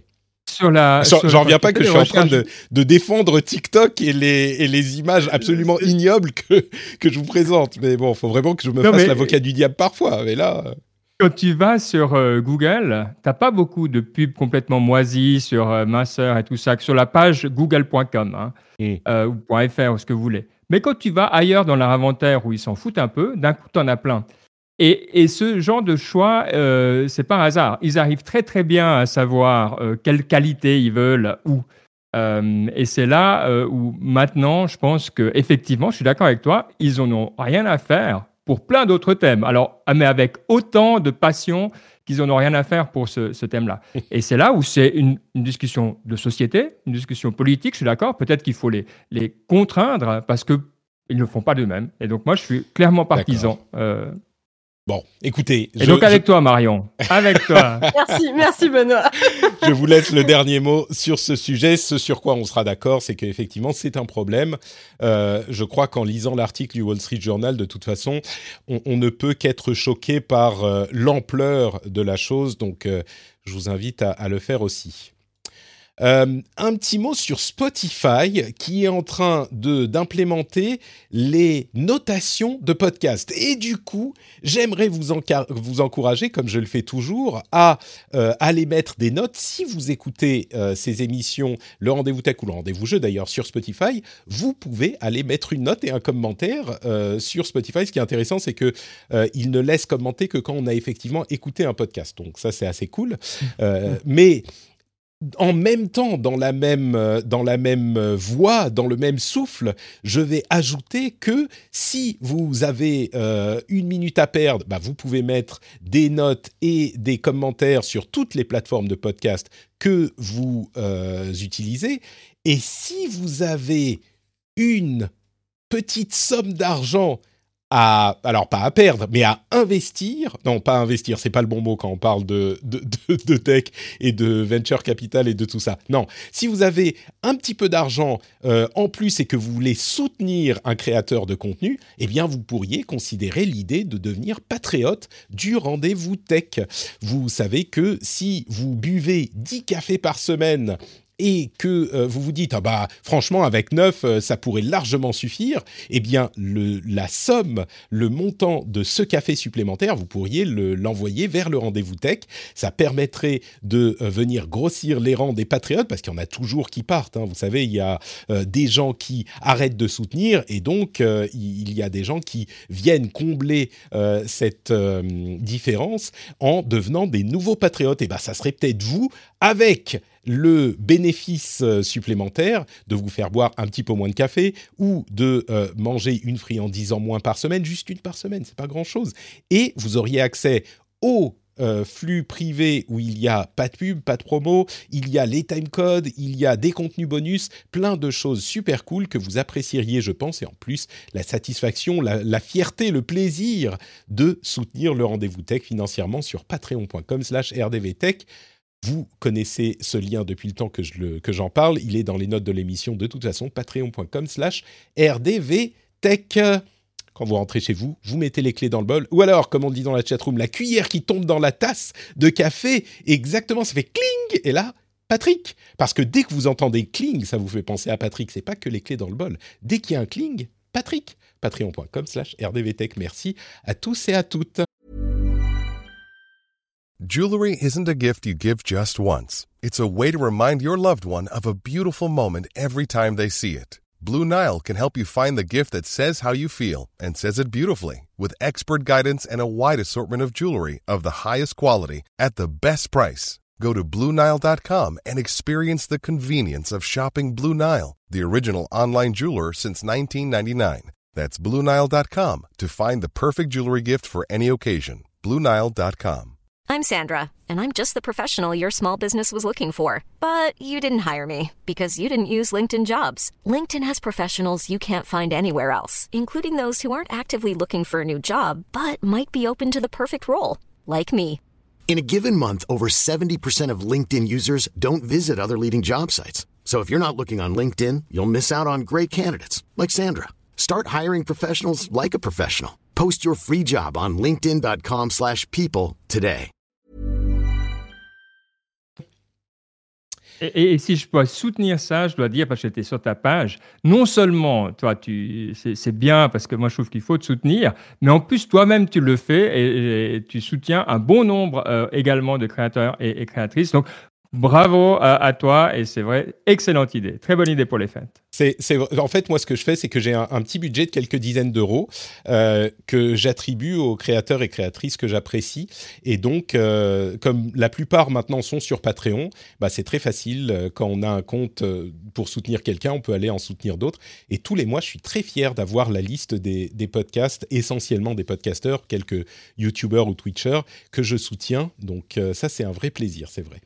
J'en reviens pas que je suis en train de défendre TikTok et les images absolument ignobles que je vous présente. Mais bon, il faut vraiment que je me fasse l'avocat du diable parfois. Mais là... Quand tu vas sur Google, tu n'as pas beaucoup de pubs complètement moisies sur minceur et tout ça, que sur la page google.com ou .fr ou ce que vous voulez. Mais quand tu vas ailleurs dans leur inventaire où ils s'en foutent un peu, d'un coup, tu en as plein. Et ce genre de choix, c'est par hasard. Ils arrivent très, très bien à savoir quelle qualité ils veulent où. Et c'est là où maintenant, je pense qu'effectivement, je suis d'accord avec toi, ils n'en ont rien à faire pour plein d'autres thèmes. Alors, mais avec autant de passion qu'ils n'en ont rien à faire pour ce thème-là. Et c'est là où c'est une discussion de société, une discussion politique, je suis d'accord. Peut-être qu'il faut les contraindre parce qu'ils ne le font pas d'eux-mêmes. Et donc, moi, je suis clairement partisan. Bon, écoutez... avec toi, Marion. Avec toi. Merci Benoît. Je vous laisse le dernier mot sur ce sujet. Ce sur quoi on sera d'accord, c'est qu'effectivement, c'est un problème. Je crois qu'en lisant l'article du Wall Street Journal, de toute façon, on ne peut qu'être choqué par l'ampleur de la chose. Donc, je vous invite à le faire aussi. Un petit mot sur Spotify qui est en train d'implémenter les notations de podcast. Et du coup, j'aimerais vous encourager, comme je le fais toujours, à aller mettre des notes. Si vous écoutez ces émissions, le Rendez-vous Tech ou le Rendez-vous Jeu d'ailleurs sur Spotify, vous pouvez aller mettre une note et un commentaire sur Spotify. Ce qui est intéressant, c'est qu'il ne laisse commenter que quand on a effectivement écouté un podcast. Donc ça, c'est assez cool. Mais... en même temps, dans la même voix, dans le même souffle, je vais ajouter que si vous avez 1 minute à perdre, vous pouvez mettre des notes et des commentaires sur toutes les plateformes de podcast que vous utilisez. Et si vous avez une petite somme d'argent alors pas à perdre, mais à investir. Non, pas investir, c'est pas le bon mot quand on parle de tech et de venture capital et de tout ça. Non, si vous avez un petit peu d'argent en plus et que vous voulez soutenir un créateur de contenu, eh bien vous pourriez considérer l'idée de devenir patriote du Rendez-vous Tech. Vous savez que si vous buvez 10 cafés par semaine et que vous vous dites franchement avec 9 ça pourrait largement suffire, eh bien la somme, le montant de ce café supplémentaire, vous pourriez l'envoyer vers le Rendez-vous Tech. Ça permettrait de venir grossir les rangs des patriotes, parce qu'il y en a toujours qui partent, hein. Vous savez, il y a des gens qui arrêtent de soutenir, et donc il y a des gens qui viennent combler cette différence en devenant des nouveaux patriotes. Et ça serait peut-être vous, avec le bénéfice supplémentaire de vous faire boire un petit peu moins de café, ou de manger une friandise en moins par semaine, juste une par semaine, c'est pas grand-chose. Et vous auriez accès au flux privé où il n'y a pas de pub, pas de promo, il y a les timecodes, il y a des contenus bonus, plein de choses super cool que vous apprécieriez, je pense, et en plus, la satisfaction, la fierté, le plaisir de soutenir le Rendez-vous Tech financièrement sur patreon.com/rdvtech. Vous connaissez ce lien depuis le temps que j'en parle, il est dans les notes de l'émission de toute façon, patreon.com/rdvtech. Quand vous rentrez chez vous, vous mettez les clés dans le bol, ou alors, comme on dit dans la chatroom, la cuillère qui tombe dans la tasse de café, exactement, ça fait cling, et là, Patrick, parce que dès que vous entendez cling, ça vous fait penser à Patrick, c'est pas que les clés dans le bol, dès qu'il y a un cling, Patrick, patreon.com/rdvtech, merci à tous et à toutes. Jewelry isn't a gift you give just once. It's a way to remind your loved one of a beautiful moment every time they see it. Blue Nile can help you find the gift that says how you feel and says it beautifully, with expert guidance and a wide assortment of jewelry of the highest quality at the best price. Go to BlueNile.com and experience the convenience of shopping Blue Nile, the original online jeweler since 1999. That's BlueNile.com to find the perfect jewelry gift for any occasion. BlueNile.com. I'm Sandra, and I'm just the professional your small business was looking for. But you didn't hire me because you didn't use LinkedIn Jobs. LinkedIn has professionals you can't find anywhere else, including those who aren't actively looking for a new job, but might be open to the perfect role, like me. In a given month, over 70% of LinkedIn users don't visit other leading job sites. So if you're not looking on LinkedIn, you'll miss out on great candidates, like Sandra. Start hiring professionals like a professional. Post your free job on linkedin.com/people today. Et si je dois soutenir ça, je dois dire, parce que j'étais sur ta page, non seulement, toi, c'est bien, parce que moi, je trouve qu'il faut te soutenir, mais en plus, toi-même, tu le fais et tu soutiens un bon nombre également de créateurs et créatrices. Donc, bravo à toi, et c'est vrai, excellente idée. Très bonne idée pour les fêtes. En fait, moi, ce que je fais, c'est que j'ai un petit budget de quelques dizaines d'euros que j'attribue aux créateurs et créatrices que j'apprécie. Et donc, comme la plupart maintenant sont sur Patreon, c'est très facile. Quand on a un compte pour soutenir quelqu'un, on peut aller en soutenir d'autres. Et tous les mois, je suis très fier d'avoir la liste des podcasts, essentiellement des podcasteurs, quelques YouTubers ou Twitchers que je soutiens. Donc ça, c'est un vrai plaisir, c'est vrai.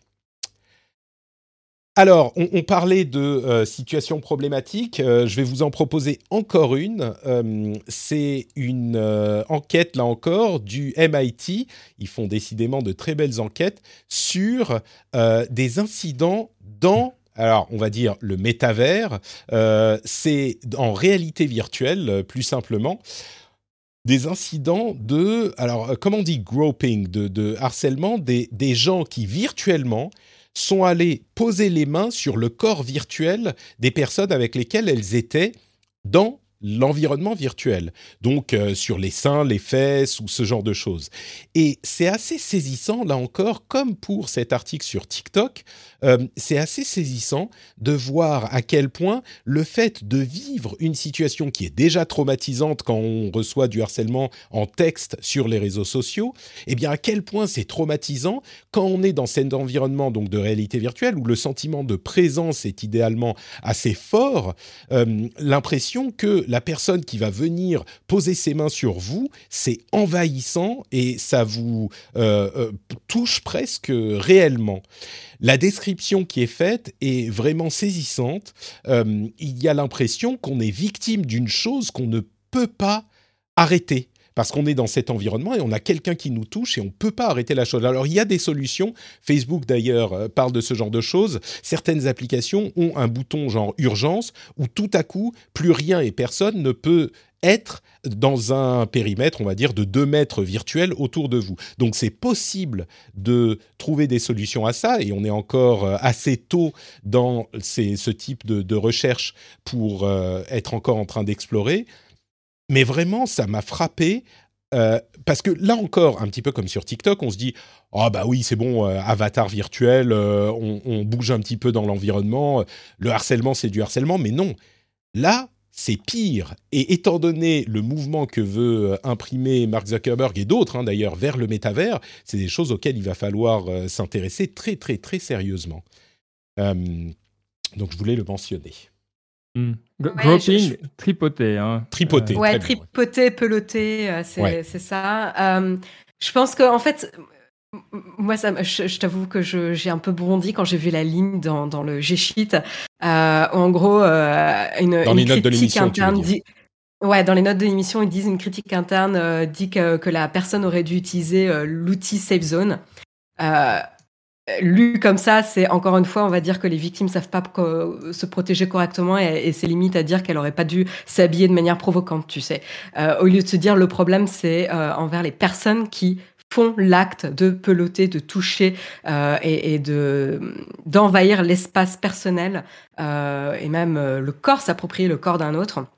Alors, on parlait de situations problématiques. Je vais vous en proposer encore une. C'est une enquête, là encore, du MIT. Ils font décidément de très belles enquêtes sur des incidents dans... Alors, on va dire le métavers. C'est en réalité virtuelle, plus simplement. Des incidents de... Alors, comment on dit groping, de harcèlement, des gens qui virtuellement... sont allés poser les mains sur le corps virtuel des personnes avec lesquelles elles étaient dans l'environnement virtuel. Donc, sur les seins, les fesses ou ce genre de choses. Et c'est assez saisissant, là encore, comme pour cet article sur TikTok, c'est assez saisissant de voir à quel point le fait de vivre une situation qui est déjà traumatisante quand on reçoit du harcèlement en texte sur les réseaux sociaux, eh bien à quel point c'est traumatisant quand on est dans cet environnement donc de réalité virtuelle où le sentiment de présence est idéalement assez fort, l'impression que la personne qui va venir poser ses mains sur vous, c'est envahissant et ça vous touche presque réellement. La description qui est faite est vraiment saisissante. Il y a l'impression qu'on est victime d'une chose qu'on ne peut pas arrêter. Parce qu'on est dans cet environnement et on a quelqu'un qui nous touche et on ne peut pas arrêter la chose. Alors, il y a des solutions. Facebook, d'ailleurs, parle de ce genre de choses. Certaines applications ont un bouton genre « urgence » où tout à coup, plus rien et personne ne peut être dans un périmètre, on va dire, de 2 mètres virtuels autour de vous. Donc, c'est possible de trouver des solutions à ça, et on est encore assez tôt dans ce type de recherche pour être encore en train d'explorer. Mais vraiment, ça m'a frappé, parce que là encore, un petit peu comme sur TikTok, on se dit « Ah bah oui, c'est bon, avatar virtuel, on bouge un petit peu dans l'environnement, le harcèlement, c'est du harcèlement. » Mais non, là, c'est pire. Et étant donné le mouvement que veut imprimer Mark Zuckerberg et d'autres, d'ailleurs, vers le métavers, c'est des choses auxquelles il va falloir s'intéresser très, très, très sérieusement. Donc, je voulais le mentionner. Groping, tripoter. Tripoter. Ouais, tripoter, peloter, c'est ça. Je pense qu'en fait, moi, je t'avoue que j'ai un peu bondi quand j'ai vu la ligne dans le G-Sheet. En gros, dans les notes de l'émission, interne dit... Ouais, dans les notes de l'émission, ils disent une critique interne dit que la personne aurait dû utiliser l'outil Safe Zone. Lu comme ça, c'est encore une fois, on va dire que les victimes savent pas se protéger correctement et c'est limite à dire qu'elle aurait pas dû s'habiller de manière provocante, tu sais. Au lieu de se dire le problème, c'est envers les personnes qui font l'acte de peloter, de toucher et d'envahir l'espace personnel et même le corps, s'approprier le corps d'un autre.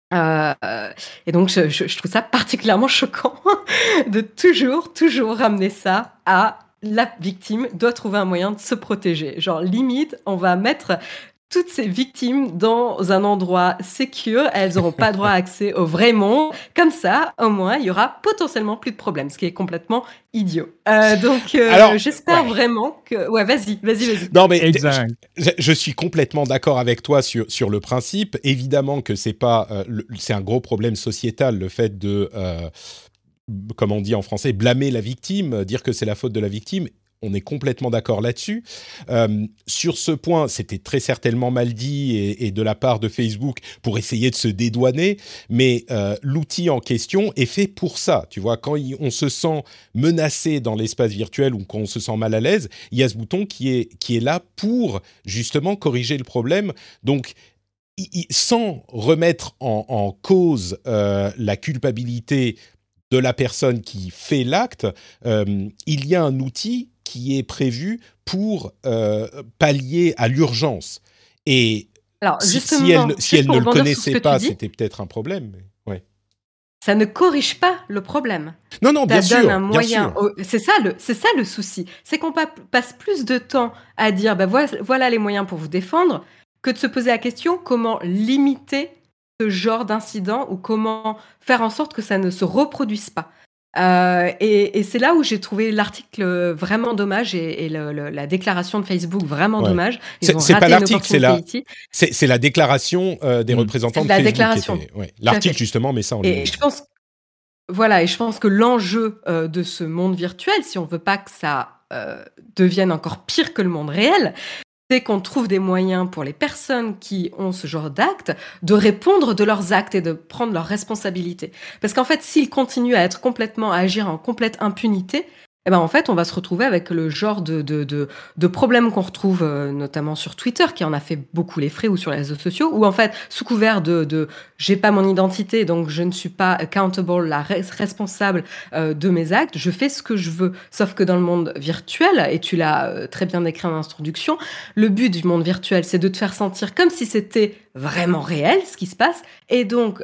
Et donc, je trouve ça particulièrement choquant de toujours ramener ça à la victime doit trouver un moyen de se protéger. Genre, limite, on va mettre toutes ces victimes dans un endroit sécure. Elles n'auront pas droit à accès au vrai monde. Comme ça, au moins, il y aura potentiellement plus de problèmes, ce qui est complètement idiot. Donc, alors, j'espère vraiment que... Ouais, vas-y. Non, mais je suis complètement d'accord avec toi sur le principe. Évidemment que c'est pas... c'est un gros problème sociétal, le fait de... comme on dit en français, blâmer la victime, dire que c'est la faute de la victime. On est complètement d'accord là-dessus. Sur ce point, c'était très certainement mal dit et de la part de Facebook pour essayer de se dédouaner, mais l'outil en question est fait pour ça. Tu vois, quand on se sent menacé dans l'espace virtuel ou qu'on se sent mal à l'aise, il y a ce bouton qui est là pour justement corriger le problème. Donc, sans remettre en cause la culpabilité de la personne qui fait l'acte, il y a un outil qui est prévu pour pallier à l'urgence. Et alors, si elle ne le connaissait pas, c'était peut-être un problème. Mais, ouais. Ça ne corrige pas le problème. Non, bien sûr. Ça donne un moyen. C'est ça le souci. C'est qu'on passe plus de temps à dire voilà les moyens pour vous défendre que de se poser la question comment limiter ce genre d'incident ou comment faire en sorte que ça ne se reproduise pas. Et c'est là où j'ai trouvé l'article vraiment dommage et la déclaration de Facebook vraiment dommage. C'est pas l'article, c'est la déclaration des représentants de Facebook. Déclaration. L'article justement, mais ça on et je pense que l'enjeu de ce monde virtuel, si on veut pas que ça devienne encore pire que le monde réel, c'est qu'on trouve des moyens pour les personnes qui ont ce genre d'actes de répondre de leurs actes et de prendre leurs responsabilités. Parce qu'en fait, s'ils continuent à agir en complète impunité, en fait, on va se retrouver avec le genre de problèmes qu'on retrouve notamment sur Twitter, qui en a fait beaucoup les frais, ou sur les réseaux sociaux, où en fait, sous couvert de j'ai pas mon identité, donc je ne suis pas accountable, responsable de mes actes, je fais ce que je veux. Sauf que dans le monde virtuel, et tu l'as très bien décrit en introduction, le but du monde virtuel, c'est de te faire sentir comme si c'était vraiment réel, ce qui se passe, et donc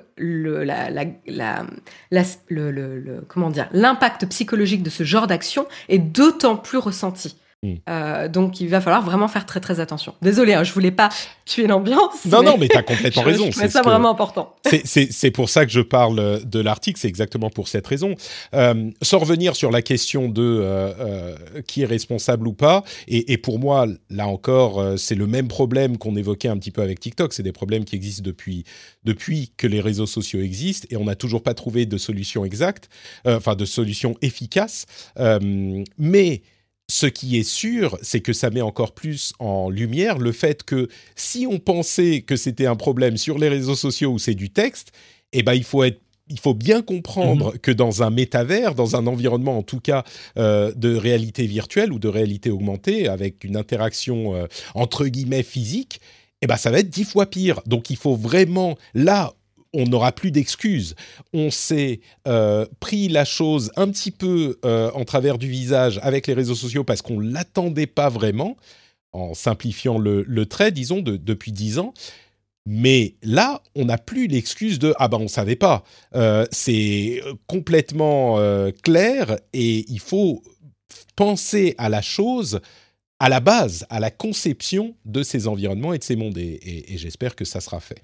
l'impact psychologique de ce genre d'action est d'autant plus ressenti. Donc il va falloir vraiment faire très très attention. Désolée, je voulais pas tuer l'ambiance. Non, mais t'as complètement raison. C'est ça vraiment important. C'est pour ça que je parle de l'article, c'est exactement pour cette raison. Sans revenir sur la question de qui est responsable ou pas, et pour moi, là encore, c'est le même problème qu'on évoquait un petit peu avec TikTok, c'est des problèmes qui existent depuis que les réseaux sociaux existent, et on n'a toujours pas trouvé de solution exacte, de solution efficace, mais ce qui est sûr, c'est que ça met encore plus en lumière le fait que si on pensait que c'était un problème sur les réseaux sociaux où c'est du texte, il faut bien comprendre que dans un métavers, dans un environnement en tout cas de réalité virtuelle ou de réalité augmentée, avec une interaction entre guillemets physique, ça va être 10 fois pire. Donc il faut vraiment, là, on n'aura plus d'excuses. On s'est pris la chose un petit peu en travers du visage avec les réseaux sociaux parce qu'on ne l'attendait pas vraiment, en simplifiant le trait, disons, depuis 10 ans. Mais là, on n'a plus l'excuse de « Ah ben, on ne savait pas ». C'est complètement clair et il faut penser à la chose à la base, à la conception de ces environnements et de ces mondes. Et j'espère que ça sera fait.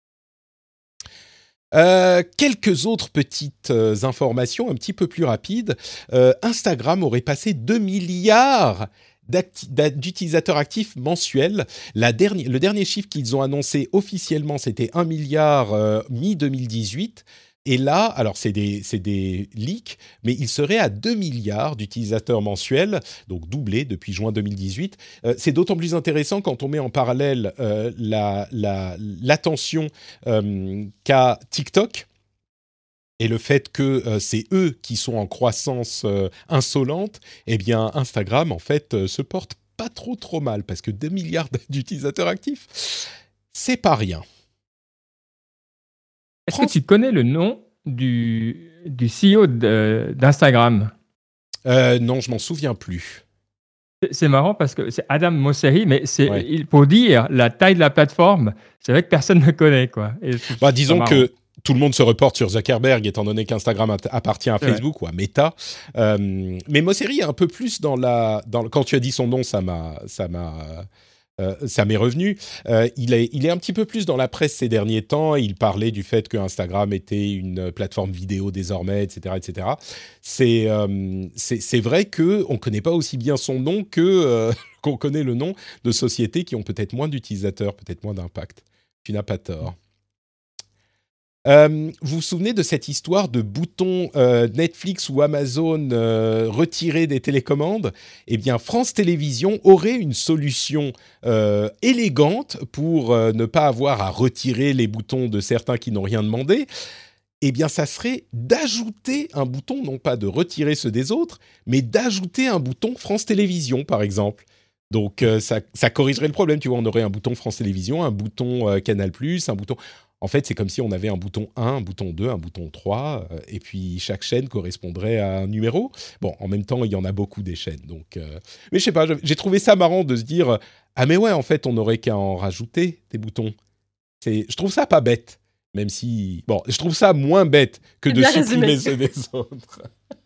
Quelques autres petites informations un petit peu plus rapides. Instagram aurait passé 2 milliards d'utilisateurs actifs mensuels. Le dernier chiffre qu'ils ont annoncé officiellement, c'était 1 milliard mi-2018. Et là, alors c'est des leaks, mais il serait à 2 milliards d'utilisateurs mensuels, donc doublé depuis juin 2018. C'est d'autant plus intéressant quand on met en parallèle l'attention qu'a TikTok et le fait que c'est eux qui sont en croissance insolente. Eh bien, Instagram, en fait, se porte pas trop mal, parce que 2 milliards d'utilisateurs actifs, c'est pas rien. Est-ce que tu connais le nom du CEO d'Instagram ? Non, je m'en souviens plus. C'est marrant parce que c'est Adam Mosseri, mais Ouais. pour dire la taille de la plateforme, c'est vrai que personne ne connaît, quoi. Et Disons que tout le monde se reporte sur Zuckerberg, étant donné qu'Instagram appartient à Facebook ou à Meta. Mais Mosseri est un peu plus quand tu as dit son nom, ça m'est revenu. Il est un petit peu plus dans la presse ces derniers temps. Il parlait du fait que Instagram était une plateforme vidéo désormais, etc., etc. C'est vrai qu'on ne connaît pas aussi bien son nom qu'on connaît le nom de sociétés qui ont peut-être moins d'utilisateurs, peut-être moins d'impact. Tu n'as pas tort. Vous vous souvenez de cette histoire de boutons Netflix ou Amazon retirés des télécommandes ? Eh bien, France Télévisions aurait une solution élégante pour ne pas avoir à retirer les boutons de certains qui n'ont rien demandé. Eh bien, ça serait d'ajouter un bouton, non pas de retirer ceux des autres, mais d'ajouter un bouton France Télévisions, par exemple. Donc, ça corrigerait le problème. Tu vois, on aurait un bouton France Télévisions, un bouton Canal+, un bouton... En fait, c'est comme si on avait un bouton 1, un bouton 2, un bouton 3, et puis chaque chaîne correspondrait à un numéro. Bon, en même temps, il y en a beaucoup des chaînes. Donc, mais je sais pas, j'ai trouvé ça marrant de se dire « Ah mais ouais, en fait, on n'aurait qu'à en rajouter des boutons. » Je trouve ça pas bête, même si... Bon, je trouve ça moins bête que de supprimer ceux des autres.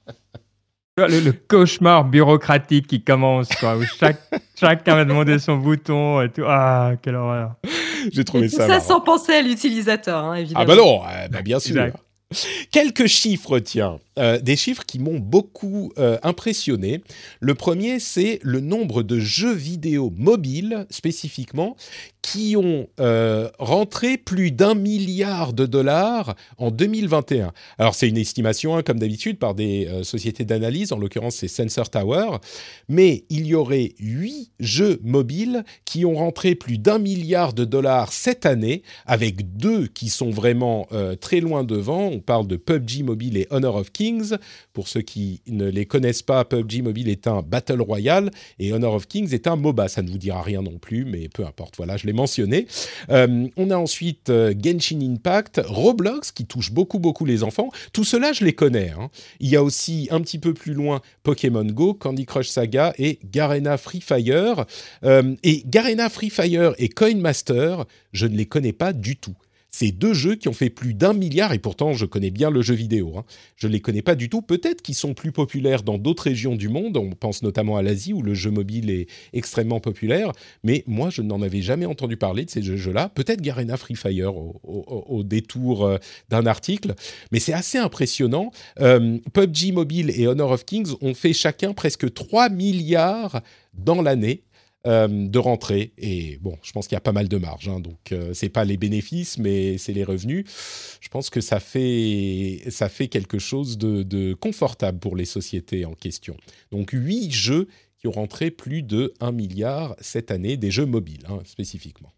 Le cauchemar bureaucratique qui commence, quoi, où chacun va demander son bouton et tout. Ah, quelle horreur. J'ai trouvé ça marrant. marrant. Ça sans penser à l'utilisateur, hein, évidemment. Ah bah non, bien sûr. Exact. Quelques chiffres, tiens. Des chiffres qui m'ont beaucoup impressionné. Le premier, c'est le nombre de jeux vidéo mobiles, spécifiquement, qui ont rentré plus d'1 milliard de dollars en 2021. Alors, c'est une estimation, comme d'habitude, par des sociétés d'analyse. En l'occurrence, c'est Sensor Tower. Mais il y aurait 8 jeux mobiles qui ont rentré plus d'1 milliard de dollars cette année, avec 2 qui sont vraiment très loin devant. On parle de PUBG Mobile et Honor of Kings. Pour ceux qui ne les connaissent pas, PUBG Mobile est un Battle Royale et Honor of Kings est un MOBA. Ça ne vous dira rien non plus, mais peu importe. Voilà, je l'ai mentionné. On a ensuite Genshin Impact, Roblox, qui touche beaucoup les enfants. Tout cela, je les connais. Hein. Il y a aussi, un petit peu plus loin, Pokémon Go, Candy Crush Saga et Garena Free Fire. Et Garena Free Fire et Coin Master, je ne les connais pas du tout. C'est 2 jeux qui ont fait plus d'1 milliard, et pourtant je connais bien le jeu vidéo. Hein. Je ne les connais pas du tout. Peut-être qu'ils sont plus populaires dans d'autres régions du monde. On pense notamment à l'Asie, où le jeu mobile est extrêmement populaire. Mais moi, je n'en avais jamais entendu parler de ces jeux-là. Peut-être Garena Free Fire au détour d'un article. Mais c'est assez impressionnant. PUBG Mobile et Honor of Kings ont fait chacun presque 3 milliards dans l'année. De rentrée, et bon, je pense qu'il y a pas mal de marge, hein, donc c'est pas les bénéfices, mais c'est les revenus. Je pense que ça fait quelque chose de confortable pour les sociétés en question. Donc 8 jeux qui ont rentré plus de 1 milliard cette année, des jeux mobiles, hein, spécifiquement.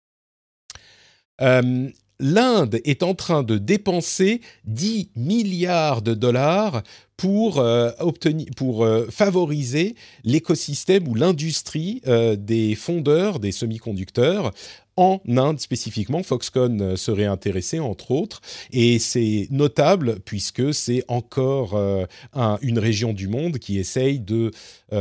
L'Inde est en train de dépenser 10 milliards de dollars pour favoriser l'écosystème ou l'industrie des fondeurs, des semi-conducteurs en Inde spécifiquement. Foxconn serait intéressé, entre autres, et c'est notable puisque c'est encore une région du monde qui essaye de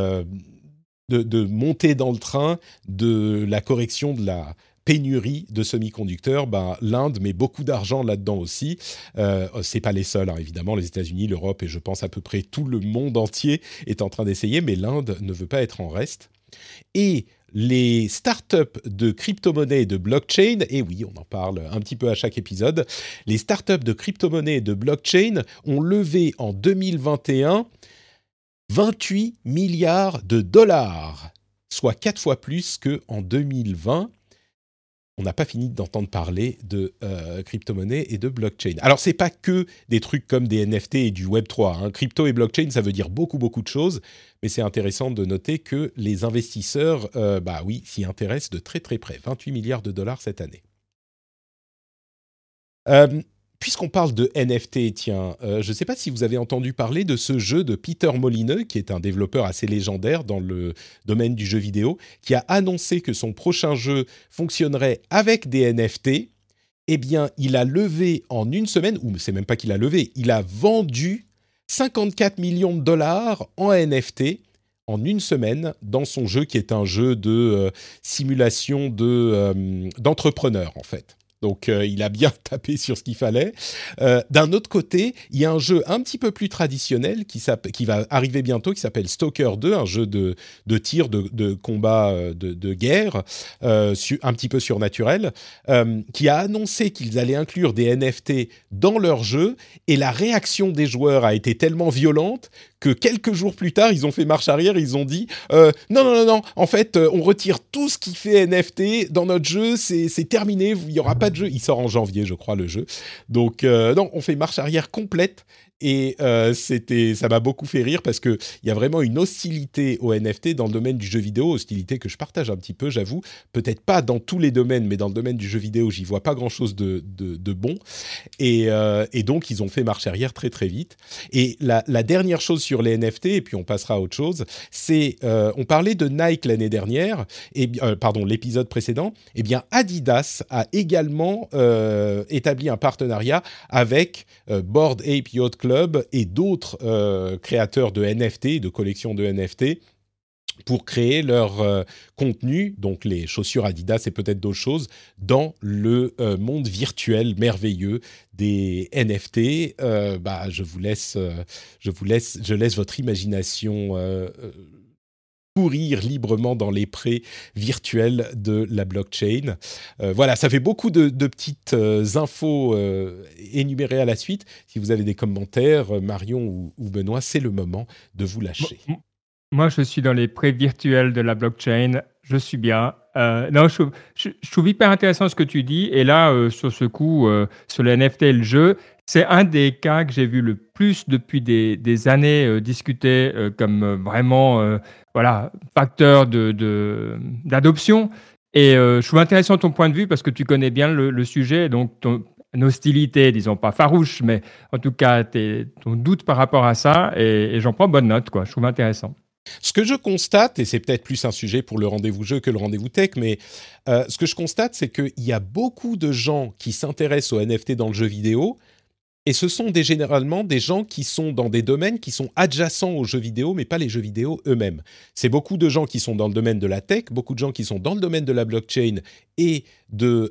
monter dans le train de la correction de la pénurie de semi-conducteurs. L'Inde met beaucoup d'argent là-dedans aussi. C'est pas les seuls, hein, évidemment. Les États-Unis, l'Europe et je pense à peu près tout le monde entier est en train d'essayer, mais l'Inde ne veut pas être en reste. Et les startups de crypto-monnaies et de blockchain, et oui, on en parle un petit peu à chaque épisode, les startups de crypto-monnaies et de blockchain ont levé en 2021 28 milliards de dollars, soit 4 fois plus qu'en 2020. On n'a pas fini d'entendre parler de crypto-monnaie et de blockchain. Alors, ce n'est pas que des trucs comme des NFT et du Web3. Hein. Crypto et blockchain, ça veut dire beaucoup, beaucoup de choses. Mais c'est intéressant de noter que les investisseurs, s'y intéressent de très, très près. 28 milliards de dollars cette année. Puisqu'on parle de NFT, tiens, je ne sais pas si vous avez entendu parler de ce jeu de Peter Molyneux, qui est un développeur assez légendaire dans le domaine du jeu vidéo, qui a annoncé que son prochain jeu fonctionnerait avec des NFT. Eh bien, il a levé en une semaine, ou c'est même pas qu'il a levé, il a vendu 54 millions de dollars en NFT en une semaine dans son jeu, qui est un jeu de simulation d'entrepreneur, en fait. Donc, il a bien tapé sur ce qu'il fallait. D'un autre côté, il y a un jeu un petit peu plus traditionnel qui va arriver bientôt, qui s'appelle Stalker 2, un jeu de tir, de combat, de guerre, un petit peu surnaturel, qui a annoncé qu'ils allaient inclure des NFT dans leur jeu. Et la réaction des joueurs a été tellement violente que quelques jours plus tard, ils ont fait marche arrière, ils ont dit non, en fait, on retire tout ce qui fait NFT dans notre jeu, c'est terminé, il n'y aura pas de jeu. Il sort en janvier, je crois, le jeu. Donc, non, on fait marche arrière complète. Et ça m'a beaucoup fait rire parce qu'il y a vraiment une hostilité aux NFT dans le domaine du jeu vidéo, hostilité que je partage un petit peu, j'avoue. Peut-être pas dans tous les domaines, mais dans le domaine du jeu vidéo, j'y vois pas grand-chose de bon. Et donc, ils ont fait marche arrière très, très vite. Et la dernière chose sur les NFT, et puis on passera à autre chose, c'est, on parlait de Nike l'année dernière, l'épisode précédent. Eh bien, Adidas a également établi un partenariat avec Bored Ape Yacht Club et d'autres créateurs de NFT, de collections de NFT, pour créer leur contenu, donc les chaussures Adidas et peut-être d'autres choses, dans le monde virtuel merveilleux des NFT. Je laisse votre imagination courir librement dans les prés virtuels de la blockchain. Voilà, ça fait beaucoup de petites infos énumérées à la suite. Si vous avez des commentaires, Marion ou Benoît, c'est le moment de vous lâcher. Moi, je suis dans les prés virtuels de la blockchain. Je suis bien. Je trouve hyper intéressant ce que tu dis. Et là, sur ce coup, sur le NFT et le jeu, c'est un des cas que j'ai vu le plus depuis des années discuter comme vraiment facteur d'adoption. Et je trouve intéressant ton point de vue parce que tu connais bien le sujet. Donc, ton hostilité, disons pas farouche, mais en tout cas, ton doute par rapport à ça. Et j'en prends bonne note, quoi. Je trouve intéressant. Ce que je constate, et c'est peut-être plus un sujet pour le rendez-vous jeu que le rendez-vous tech, mais ce que je constate, c'est qu'il y a beaucoup de gens qui s'intéressent aux NFT dans le jeu vidéo, et ce sont généralement des gens qui sont dans des domaines qui sont adjacents aux jeux vidéo, mais pas les jeux vidéo eux-mêmes. C'est beaucoup de gens qui sont dans le domaine de la tech, beaucoup de gens qui sont dans le domaine de la blockchain et des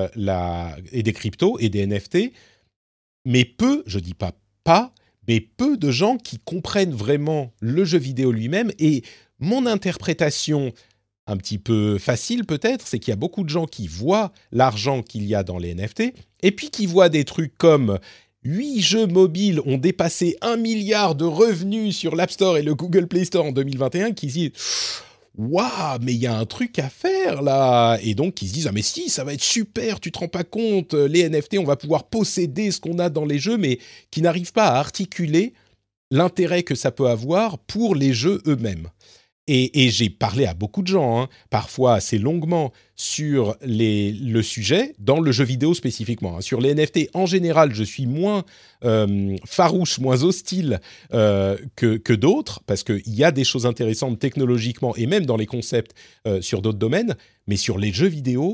cryptos et des NFT, mais peu, je dis pas, mais peu de gens qui comprennent vraiment le jeu vidéo lui-même. Et mon interprétation, un petit peu facile peut-être, c'est qu'il y a beaucoup de gens qui voient l'argent qu'il y a dans les NFT, et puis qui voient des trucs comme 8 jeux mobiles ont dépassé 1 milliard de revenus sur l'App Store et le Google Play Store en 2021, qui se disent « Waouh, mais il y a un truc à faire là !» Et donc, ils se disent « Ah mais si, ça va être super, tu te rends pas compte, les NFT, on va pouvoir posséder ce qu'on a dans les jeux, mais qui n'arrivent pas à articuler l'intérêt que ça peut avoir pour les jeux eux-mêmes. » Et j'ai parlé à beaucoup de gens, parfois assez longuement, sur le sujet, dans le jeu vidéo spécifiquement. Sur les NFT, en général, je suis moins farouche, moins hostile que d'autres, parce qu'il y a des choses intéressantes technologiquement et même dans les concepts sur d'autres domaines. Mais sur les jeux vidéo,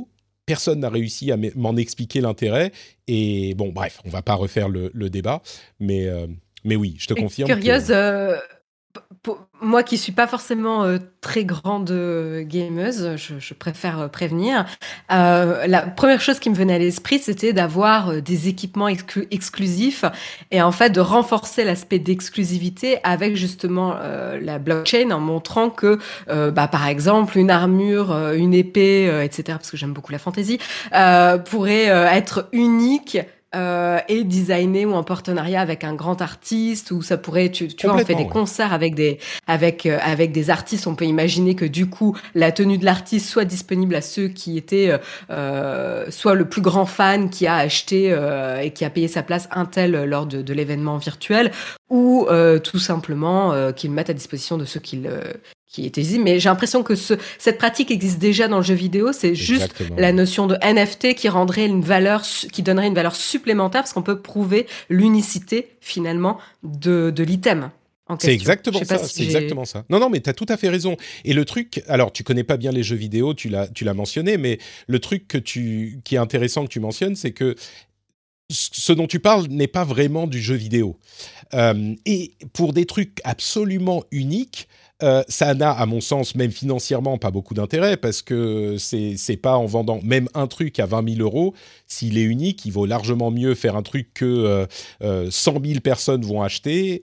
personne n'a réussi à m'en expliquer l'intérêt. Et bon, bref, on va pas refaire le débat, mais oui, je te confirme. Curieuse, moi qui suis pas forcément très grande gameuse, je préfère prévenir. La première chose qui me venait à l'esprit, c'était d'avoir des équipements exclusifs et en fait de renforcer l'aspect d'exclusivité avec justement la blockchain en montrant que, par exemple, une armure, une épée, etc. Parce que j'aime beaucoup la fantasy, pourrait être unique. Et designé ou en partenariat avec un grand artiste, ou ça pourrait, tu vois, on fait des concerts avec des artistes. On peut imaginer que du coup la tenue de l'artiste soit disponible à ceux qui étaient soit le plus grand fan qui a acheté et qui a payé sa place un tel lors de l'événement virtuel, ou tout simplement qu'ils mettent à disposition de ceux qui était visible. Mais j'ai l'impression que cette pratique existe déjà dans le jeu vidéo. C'est juste la notion de NFT qui donnerait une valeur supplémentaire parce qu'on peut prouver l'unicité finalement de l'item. C'est exactement ça. C'est exactement ça. Non, mais t'as tout à fait raison. Et le truc, alors tu connais pas bien les jeux vidéo, tu l'as mentionné, mais le truc qui est intéressant que tu mentionnes, c'est que ce dont tu parles n'est pas vraiment du jeu vidéo. Et pour des trucs absolument uniques, ça n'a, à mon sens, même financièrement, pas beaucoup d'intérêt parce que c'est pas en vendant même un truc à 20 000 euros, s'il est unique, il vaut largement mieux faire un truc que 100 000 personnes vont acheter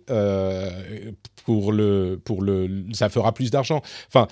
ça fera plus d'argent. Enfin,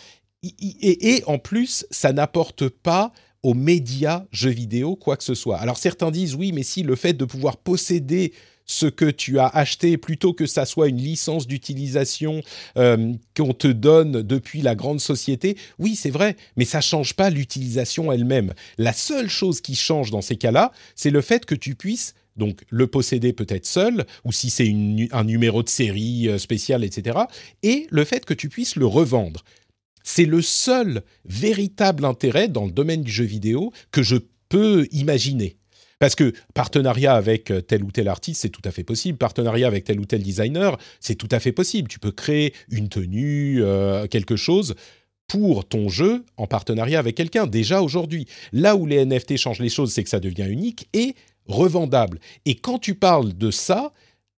et en plus, ça n'apporte pas aux médias jeux vidéo quoi que ce soit. Alors certains disent oui, mais si le fait de pouvoir posséder ce que tu as acheté plutôt que ça soit une licence d'utilisation qu'on te donne depuis la grande société, oui c'est vrai, mais ça change pas l'utilisation elle-même. La seule chose qui change dans ces cas-là, c'est le fait que tu puisses donc le posséder peut-être seul, ou si c'est un numéro de série spécial, etc. Et le fait que tu puisses le revendre. C'est le seul véritable intérêt dans le domaine du jeu vidéo que je peux imaginer. Parce que partenariat avec tel ou tel artiste, c'est tout à fait possible. Partenariat avec tel ou tel designer, c'est tout à fait possible. Tu peux créer une tenue, quelque chose pour ton jeu en partenariat avec quelqu'un, déjà aujourd'hui. Là où les NFT changent les choses, c'est que ça devient unique et revendable. Et quand tu parles de ça,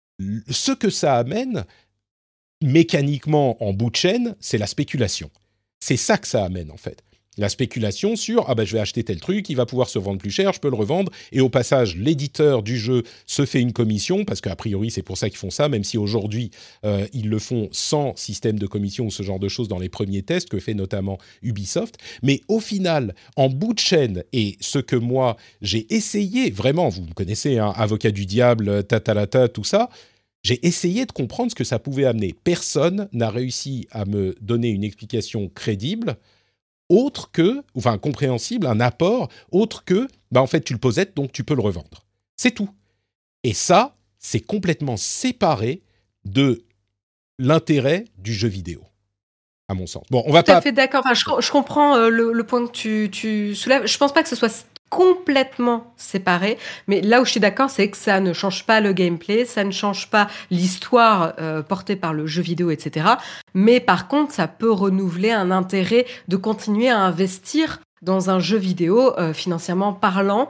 ce que ça amène mécaniquement en bout de chaîne, c'est la spéculation. C'est ça que ça amène en fait. La spéculation sur « je vais acheter tel truc, il va pouvoir se vendre plus cher, je peux le revendre ». Et au passage, l'éditeur du jeu se fait une commission, parce qu'a priori, c'est pour ça qu'ils font ça, même si aujourd'hui, ils le font sans système de commission ou ce genre de choses dans les premiers tests que fait notamment Ubisoft. Mais au final, en bout de chaîne, et ce que moi, j'ai essayé, vraiment, vous me connaissez, hein, avocat du diable, tatalata, tout ça, j'ai essayé de comprendre ce que ça pouvait amener. Personne n'a réussi à me donner une explication crédible autre que, enfin compréhensible, un apport autre que, en fait, tu le possèdes, donc tu peux le revendre. C'est tout. Et ça, c'est complètement séparé de l'intérêt du jeu vidéo, à mon sens. Bon, on va tout à fait d'accord. Enfin, je comprends le point que tu soulèves. Je pense pas que ce soit complètement séparé, mais là où je suis d'accord, c'est que ça ne change pas le gameplay, ça ne change pas l'histoire portée par le jeu vidéo, etc. Mais par contre, ça peut renouveler un intérêt de continuer à investir dans un jeu vidéo financièrement parlant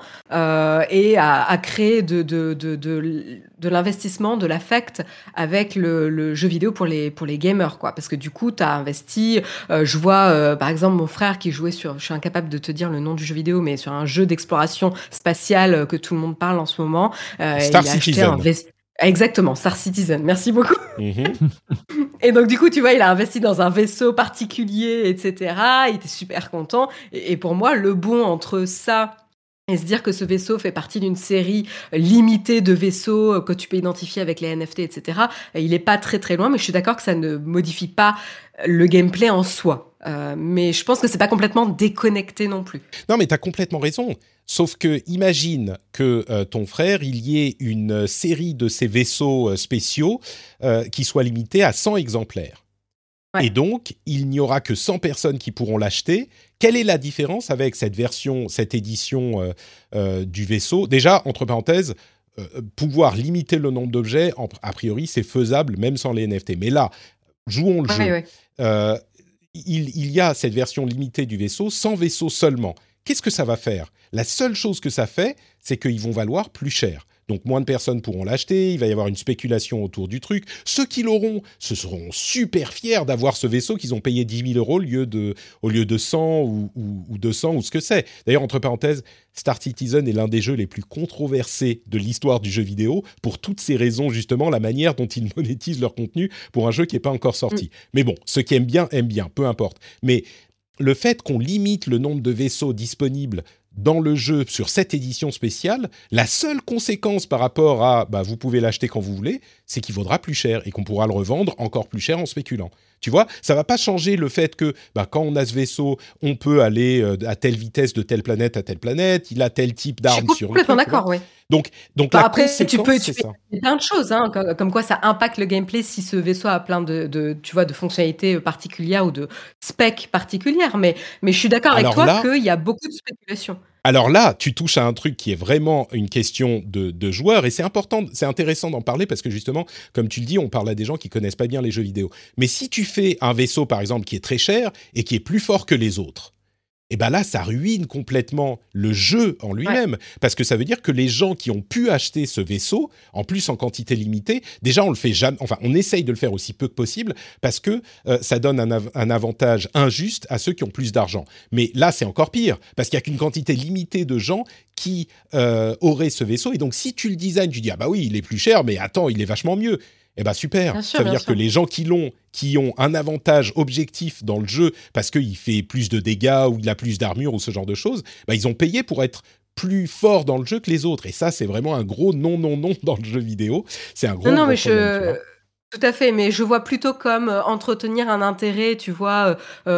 et à créer de l'investissement, de l'affect avec le jeu vidéo pour les gamers, quoi. Parce que du coup, tu as investi, je vois par exemple mon frère qui jouait je suis incapable de te dire le nom du jeu vidéo, mais sur un jeu d'exploration spatiale que tout le monde parle en ce moment. Star Citizen. Exactement, Star Citizen, merci beaucoup. Mm-hmm. Et donc, du coup, tu vois, il a investi dans un vaisseau particulier, etc. Il était super content. Et pour moi, le bond entre ça et se dire que ce vaisseau fait partie d'une série limitée de vaisseaux que tu peux identifier avec les NFT, etc., il n'est pas très, très loin. Mais je suis d'accord que ça ne modifie pas le gameplay en soi. Mais je pense que c'est pas complètement déconnecté non plus. Non, mais tu as complètement raison. Sauf que imagine que ton frère, il y ait une série de ces vaisseaux spéciaux qui soit limitée à 100 exemplaires. Ouais. Et donc, il n'y aura que 100 personnes qui pourront l'acheter. Quelle est la différence avec cette version, cette édition du vaisseau ? Déjà, entre parenthèses, pouvoir limiter le nombre d'objets, a priori, c'est faisable même sans les NFT. Mais là, jouons le jeu. Ouais. Il y a cette version limitée du vaisseau, 100 vaisseaux seulement. qu'est-ce que ça va faire ? La seule chose que ça fait, c'est qu'ils vont valoir plus cher. Donc, moins de personnes pourront l'acheter, il va y avoir une spéculation autour du truc. Ceux qui l'auront, se seront super fiers d'avoir ce vaisseau qu'ils ont payé 10 000 € au lieu de 100 ou 200 ou ce que c'est. D'ailleurs, entre parenthèses, Star Citizen est l'un des jeux les plus controversés de l'histoire du jeu vidéo pour toutes ces raisons, justement, la manière dont ils monétisent leur contenu pour un jeu qui n'est pas encore sorti. Mais bon, ceux qui aiment bien, peu importe. Mais le fait qu'on limite le nombre de vaisseaux disponibles dans le jeu sur cette édition spéciale, la seule conséquence par rapport à vous pouvez l'acheter quand vous voulez, c'est qu'il vaudra plus cher et qu'on pourra le revendre encore plus cher en spéculant. Tu vois, ça va pas changer le fait que quand on a ce vaisseau, on peut aller à telle vitesse de telle planète à telle planète, il a tel type d'arme sur le truc. Complètement d'accord, oui. Donc après, tu peux plein de choses, hein, comme quoi ça impacte le gameplay si ce vaisseau a plein de fonctionnalités particulières ou de specs particulières. Mais je suis d'accord avec toi qu'il y a beaucoup de spéculation. Alors là, tu touches à un truc qui est vraiment une question de joueurs et c'est important, c'est intéressant d'en parler parce que justement, comme tu le dis, on parle à des gens qui connaissent pas bien les jeux vidéo. Mais si tu fais un vaisseau, par exemple, qui est très cher et qui est plus fort que les autres, et bien là, ça ruine complètement le jeu en lui-même. Ouais. Parce que ça veut dire que les gens qui ont pu acheter ce vaisseau, en plus en quantité limitée, déjà on le fait jamais, enfin on essaye de le faire aussi peu que possible parce que ça donne un avantage injuste à ceux qui ont plus d'argent. Mais là, c'est encore pire parce qu'il n'y a qu'une quantité limitée de gens qui auraient ce vaisseau. Et donc, si tu le designes, tu dis « Ah bah oui, il est plus cher, mais attends, il est vachement mieux ». Eh bien, super. Ça veut dire que les gens qui ont un avantage objectif dans le jeu parce qu'il fait plus de dégâts ou il a plus d'armure ou ce genre de choses, ils ont payé pour être plus forts dans le jeu que les autres. Et ça, c'est vraiment un gros non dans le jeu vidéo. C'est un gros problème, tu vois. Tout à fait, mais je vois plutôt comme entretenir un intérêt, tu vois,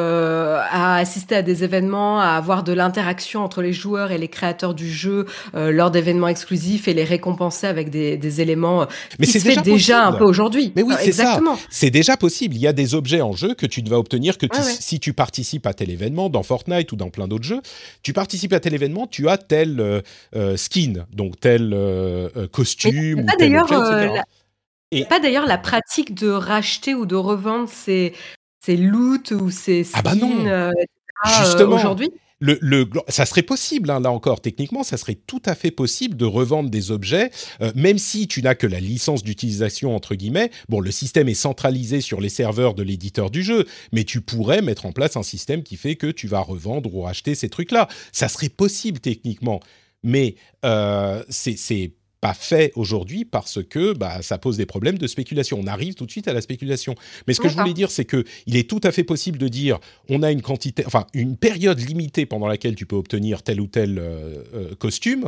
à assister à des événements, à avoir de l'interaction entre les joueurs et les créateurs du jeu lors d'événements exclusifs et les récompenser avec des éléments mais qui se fait déjà un peu aujourd'hui. Mais oui, c'est exactement. Ça. C'est déjà possible. Il y a des objets en jeu que tu ne vas obtenir que si tu participes à tel événement, dans Fortnite ou dans plein d'autres jeux. Tu participes à tel événement, tu as tel skin, donc tel costume ou tel objet, etc. Il n'y a pas d'ailleurs la pratique de racheter ou de revendre ces loots ou ces skins justement, aujourd'hui ? Ça serait possible, hein, là encore, techniquement, ça serait tout à fait possible de revendre des objets, même si tu n'as que la licence d'utilisation, entre guillemets. Bon, le système est centralisé sur les serveurs de l'éditeur du jeu, mais tu pourrais mettre en place un système qui fait que tu vas revendre ou racheter ces trucs-là. Ça serait possible techniquement, mais c'est pas fait aujourd'hui parce que ça pose des problèmes de spéculation. On arrive tout de suite à la spéculation. Mais ce que je voulais dire, c'est que il est tout à fait possible de dire on a une période limitée pendant laquelle tu peux obtenir tel ou tel costume.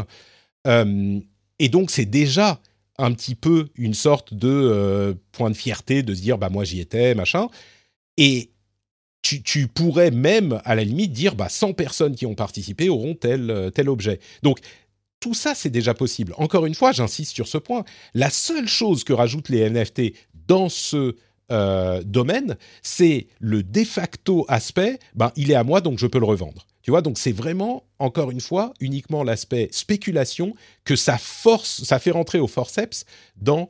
Et donc, c'est déjà un petit peu une sorte de point de fierté de se dire moi j'y étais, machin. Et tu pourrais même, à la limite, dire 100 personnes qui ont participé auront tel objet. Donc, tout ça, c'est déjà possible. Encore une fois, j'insiste sur ce point. La seule chose que rajoutent les NFT dans ce domaine, c'est le de facto aspect, il est à moi, donc je peux le revendre. Tu vois, donc c'est vraiment, encore une fois, uniquement l'aspect spéculation que ça fait rentrer au forceps dans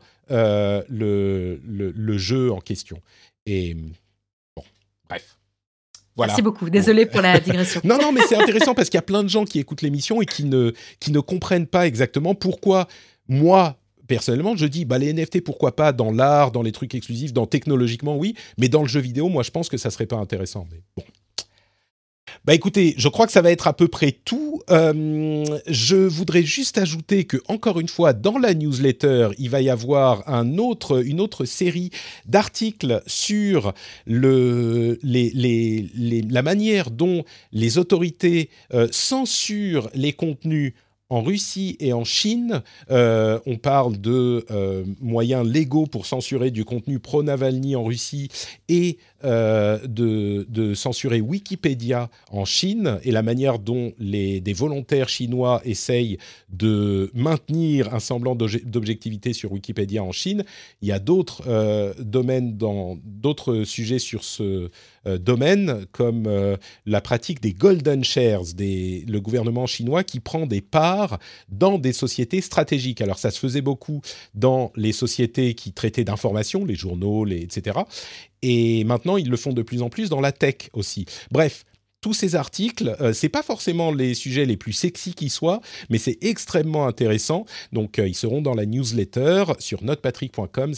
le jeu en question. Et bon, bref. Voilà. Merci beaucoup. Désolé pour la digression. Non, mais c'est intéressant parce qu'il y a plein de gens qui écoutent l'émission et qui ne comprennent pas exactement pourquoi moi, personnellement, je dis les NFT, pourquoi pas dans l'art, dans les trucs exclusifs, technologiquement, oui, mais dans le jeu vidéo, moi, je pense que ça serait pas intéressant. Mais bon. Écoutez, je crois que ça va être à peu près tout. Je voudrais juste ajouter que, encore une fois, dans la newsletter, il va y avoir une autre série d'articles sur la manière dont les autorités censurent les contenus en Russie et en Chine. On parle de moyens légaux pour censurer du contenu pro-Navalny en Russie et de censurer Wikipédia en Chine et la manière dont des volontaires chinois essayent de maintenir un semblant d'objectivité sur Wikipédia en Chine. Il y a d'autres domaines, d'autres sujets sur ce domaine, comme la pratique des golden shares, le gouvernement chinois qui prend des parts dans des sociétés stratégiques. Alors ça se faisait beaucoup dans les sociétés qui traitaient d'informations, les journaux, etc. Et maintenant, ils le font de plus en plus dans la tech aussi. Bref, tous ces articles. C'est pas forcément les sujets les plus sexy qui soient, mais c'est extrêmement intéressant. Donc, ils seront dans la newsletter sur notepatrick.com/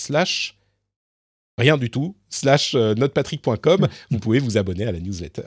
rien du tout, /notepatrick.com. Vous pouvez vous abonner à la newsletter.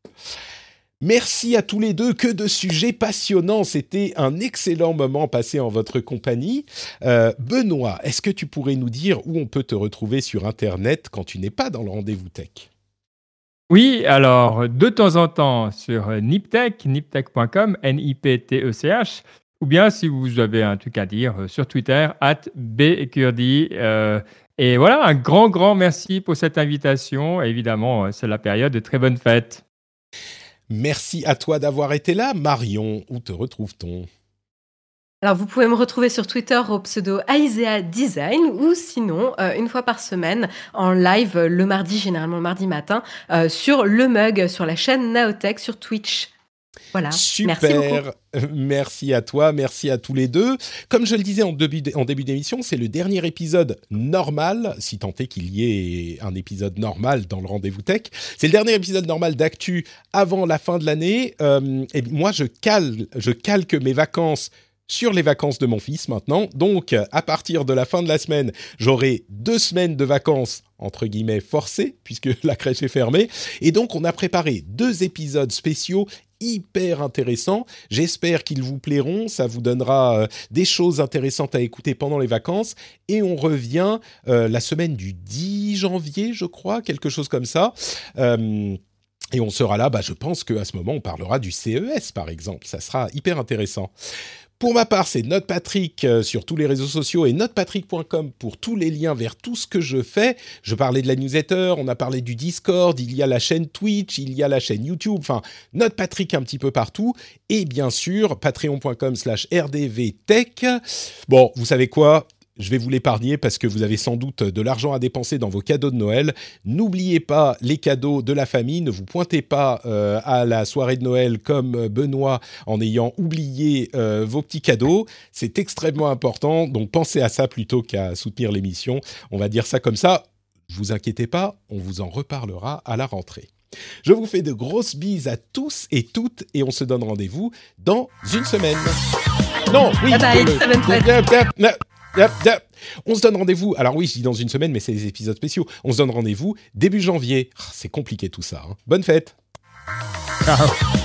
Merci à tous les deux, que de sujets passionnants. C'était un excellent moment passé en votre compagnie. Benoît, est-ce que tu pourrais nous dire où on peut te retrouver sur Internet quand tu n'es pas dans le rendez-vous tech ? Oui, alors de temps en temps sur Niptech, niptech.com, Niptech, ou bien si vous avez un truc à dire sur Twitter, @bkurdi. Et voilà, un grand merci pour cette invitation. Évidemment, c'est la période de très bonnes fêtes. Merci à toi d'avoir été là. Marion, où te retrouve-t-on ? Alors, vous pouvez me retrouver sur Twitter au pseudo Aisea Design ou sinon, une fois par semaine, en live le mardi, généralement le mardi matin, sur Le Mug, sur la chaîne Naotech, sur Twitch. Voilà. Super, merci beaucoup. Merci à toi, merci à tous les deux. Comme je le disais en début d'émission, c'est le dernier épisode normal, si tant est qu'il y ait un épisode normal dans le rendez-vous tech. C'est le dernier épisode normal d'actu avant la fin de l'année. Et moi, je calque mes vacances sur les vacances de mon fils maintenant. Donc, à partir de la fin de la semaine, j'aurai 2 semaines de vacances, entre guillemets, forcées, puisque la crèche est fermée. Et donc, on a préparé 2 épisodes spéciaux hyper intéressants. J'espère qu'ils vous plairont. Ça vous donnera des choses intéressantes à écouter pendant les vacances. Et on revient la semaine du 10 janvier, je crois, quelque chose comme ça. Et on sera là, je pense qu'à ce moment, on parlera du CES, par exemple. Ça sera hyper intéressant. Pour ma part, c'est NotePatrick sur tous les réseaux sociaux et notepatrick.com pour tous les liens vers tout ce que je fais. Je parlais de la newsletter, on a parlé du Discord, il y a la chaîne Twitch, il y a la chaîne YouTube, enfin, NotePatrick un petit peu partout. Et bien sûr, patreon.com/rdvtech. Bon, vous savez quoi ? Je vais vous l'épargner parce que vous avez sans doute de l'argent à dépenser dans vos cadeaux de Noël. N'oubliez pas les cadeaux de la famille. Ne vous pointez pas à la soirée de Noël comme Benoît en ayant oublié vos petits cadeaux. C'est extrêmement important. Donc pensez à ça plutôt qu'à soutenir l'émission. On va dire ça comme ça. Ne vous inquiétez pas, on vous en reparlera à la rentrée. Je vous fais de grosses bises à tous et toutes et on se donne rendez-vous dans une semaine. Non, oui. Bye bye, très bonne fête. On se donne rendez-vous, alors oui, je dis dans une semaine, mais c'est des épisodes spéciaux. On se donne rendez-vous début janvier. C'est compliqué tout ça. Hein. Bonne fête. Ciao.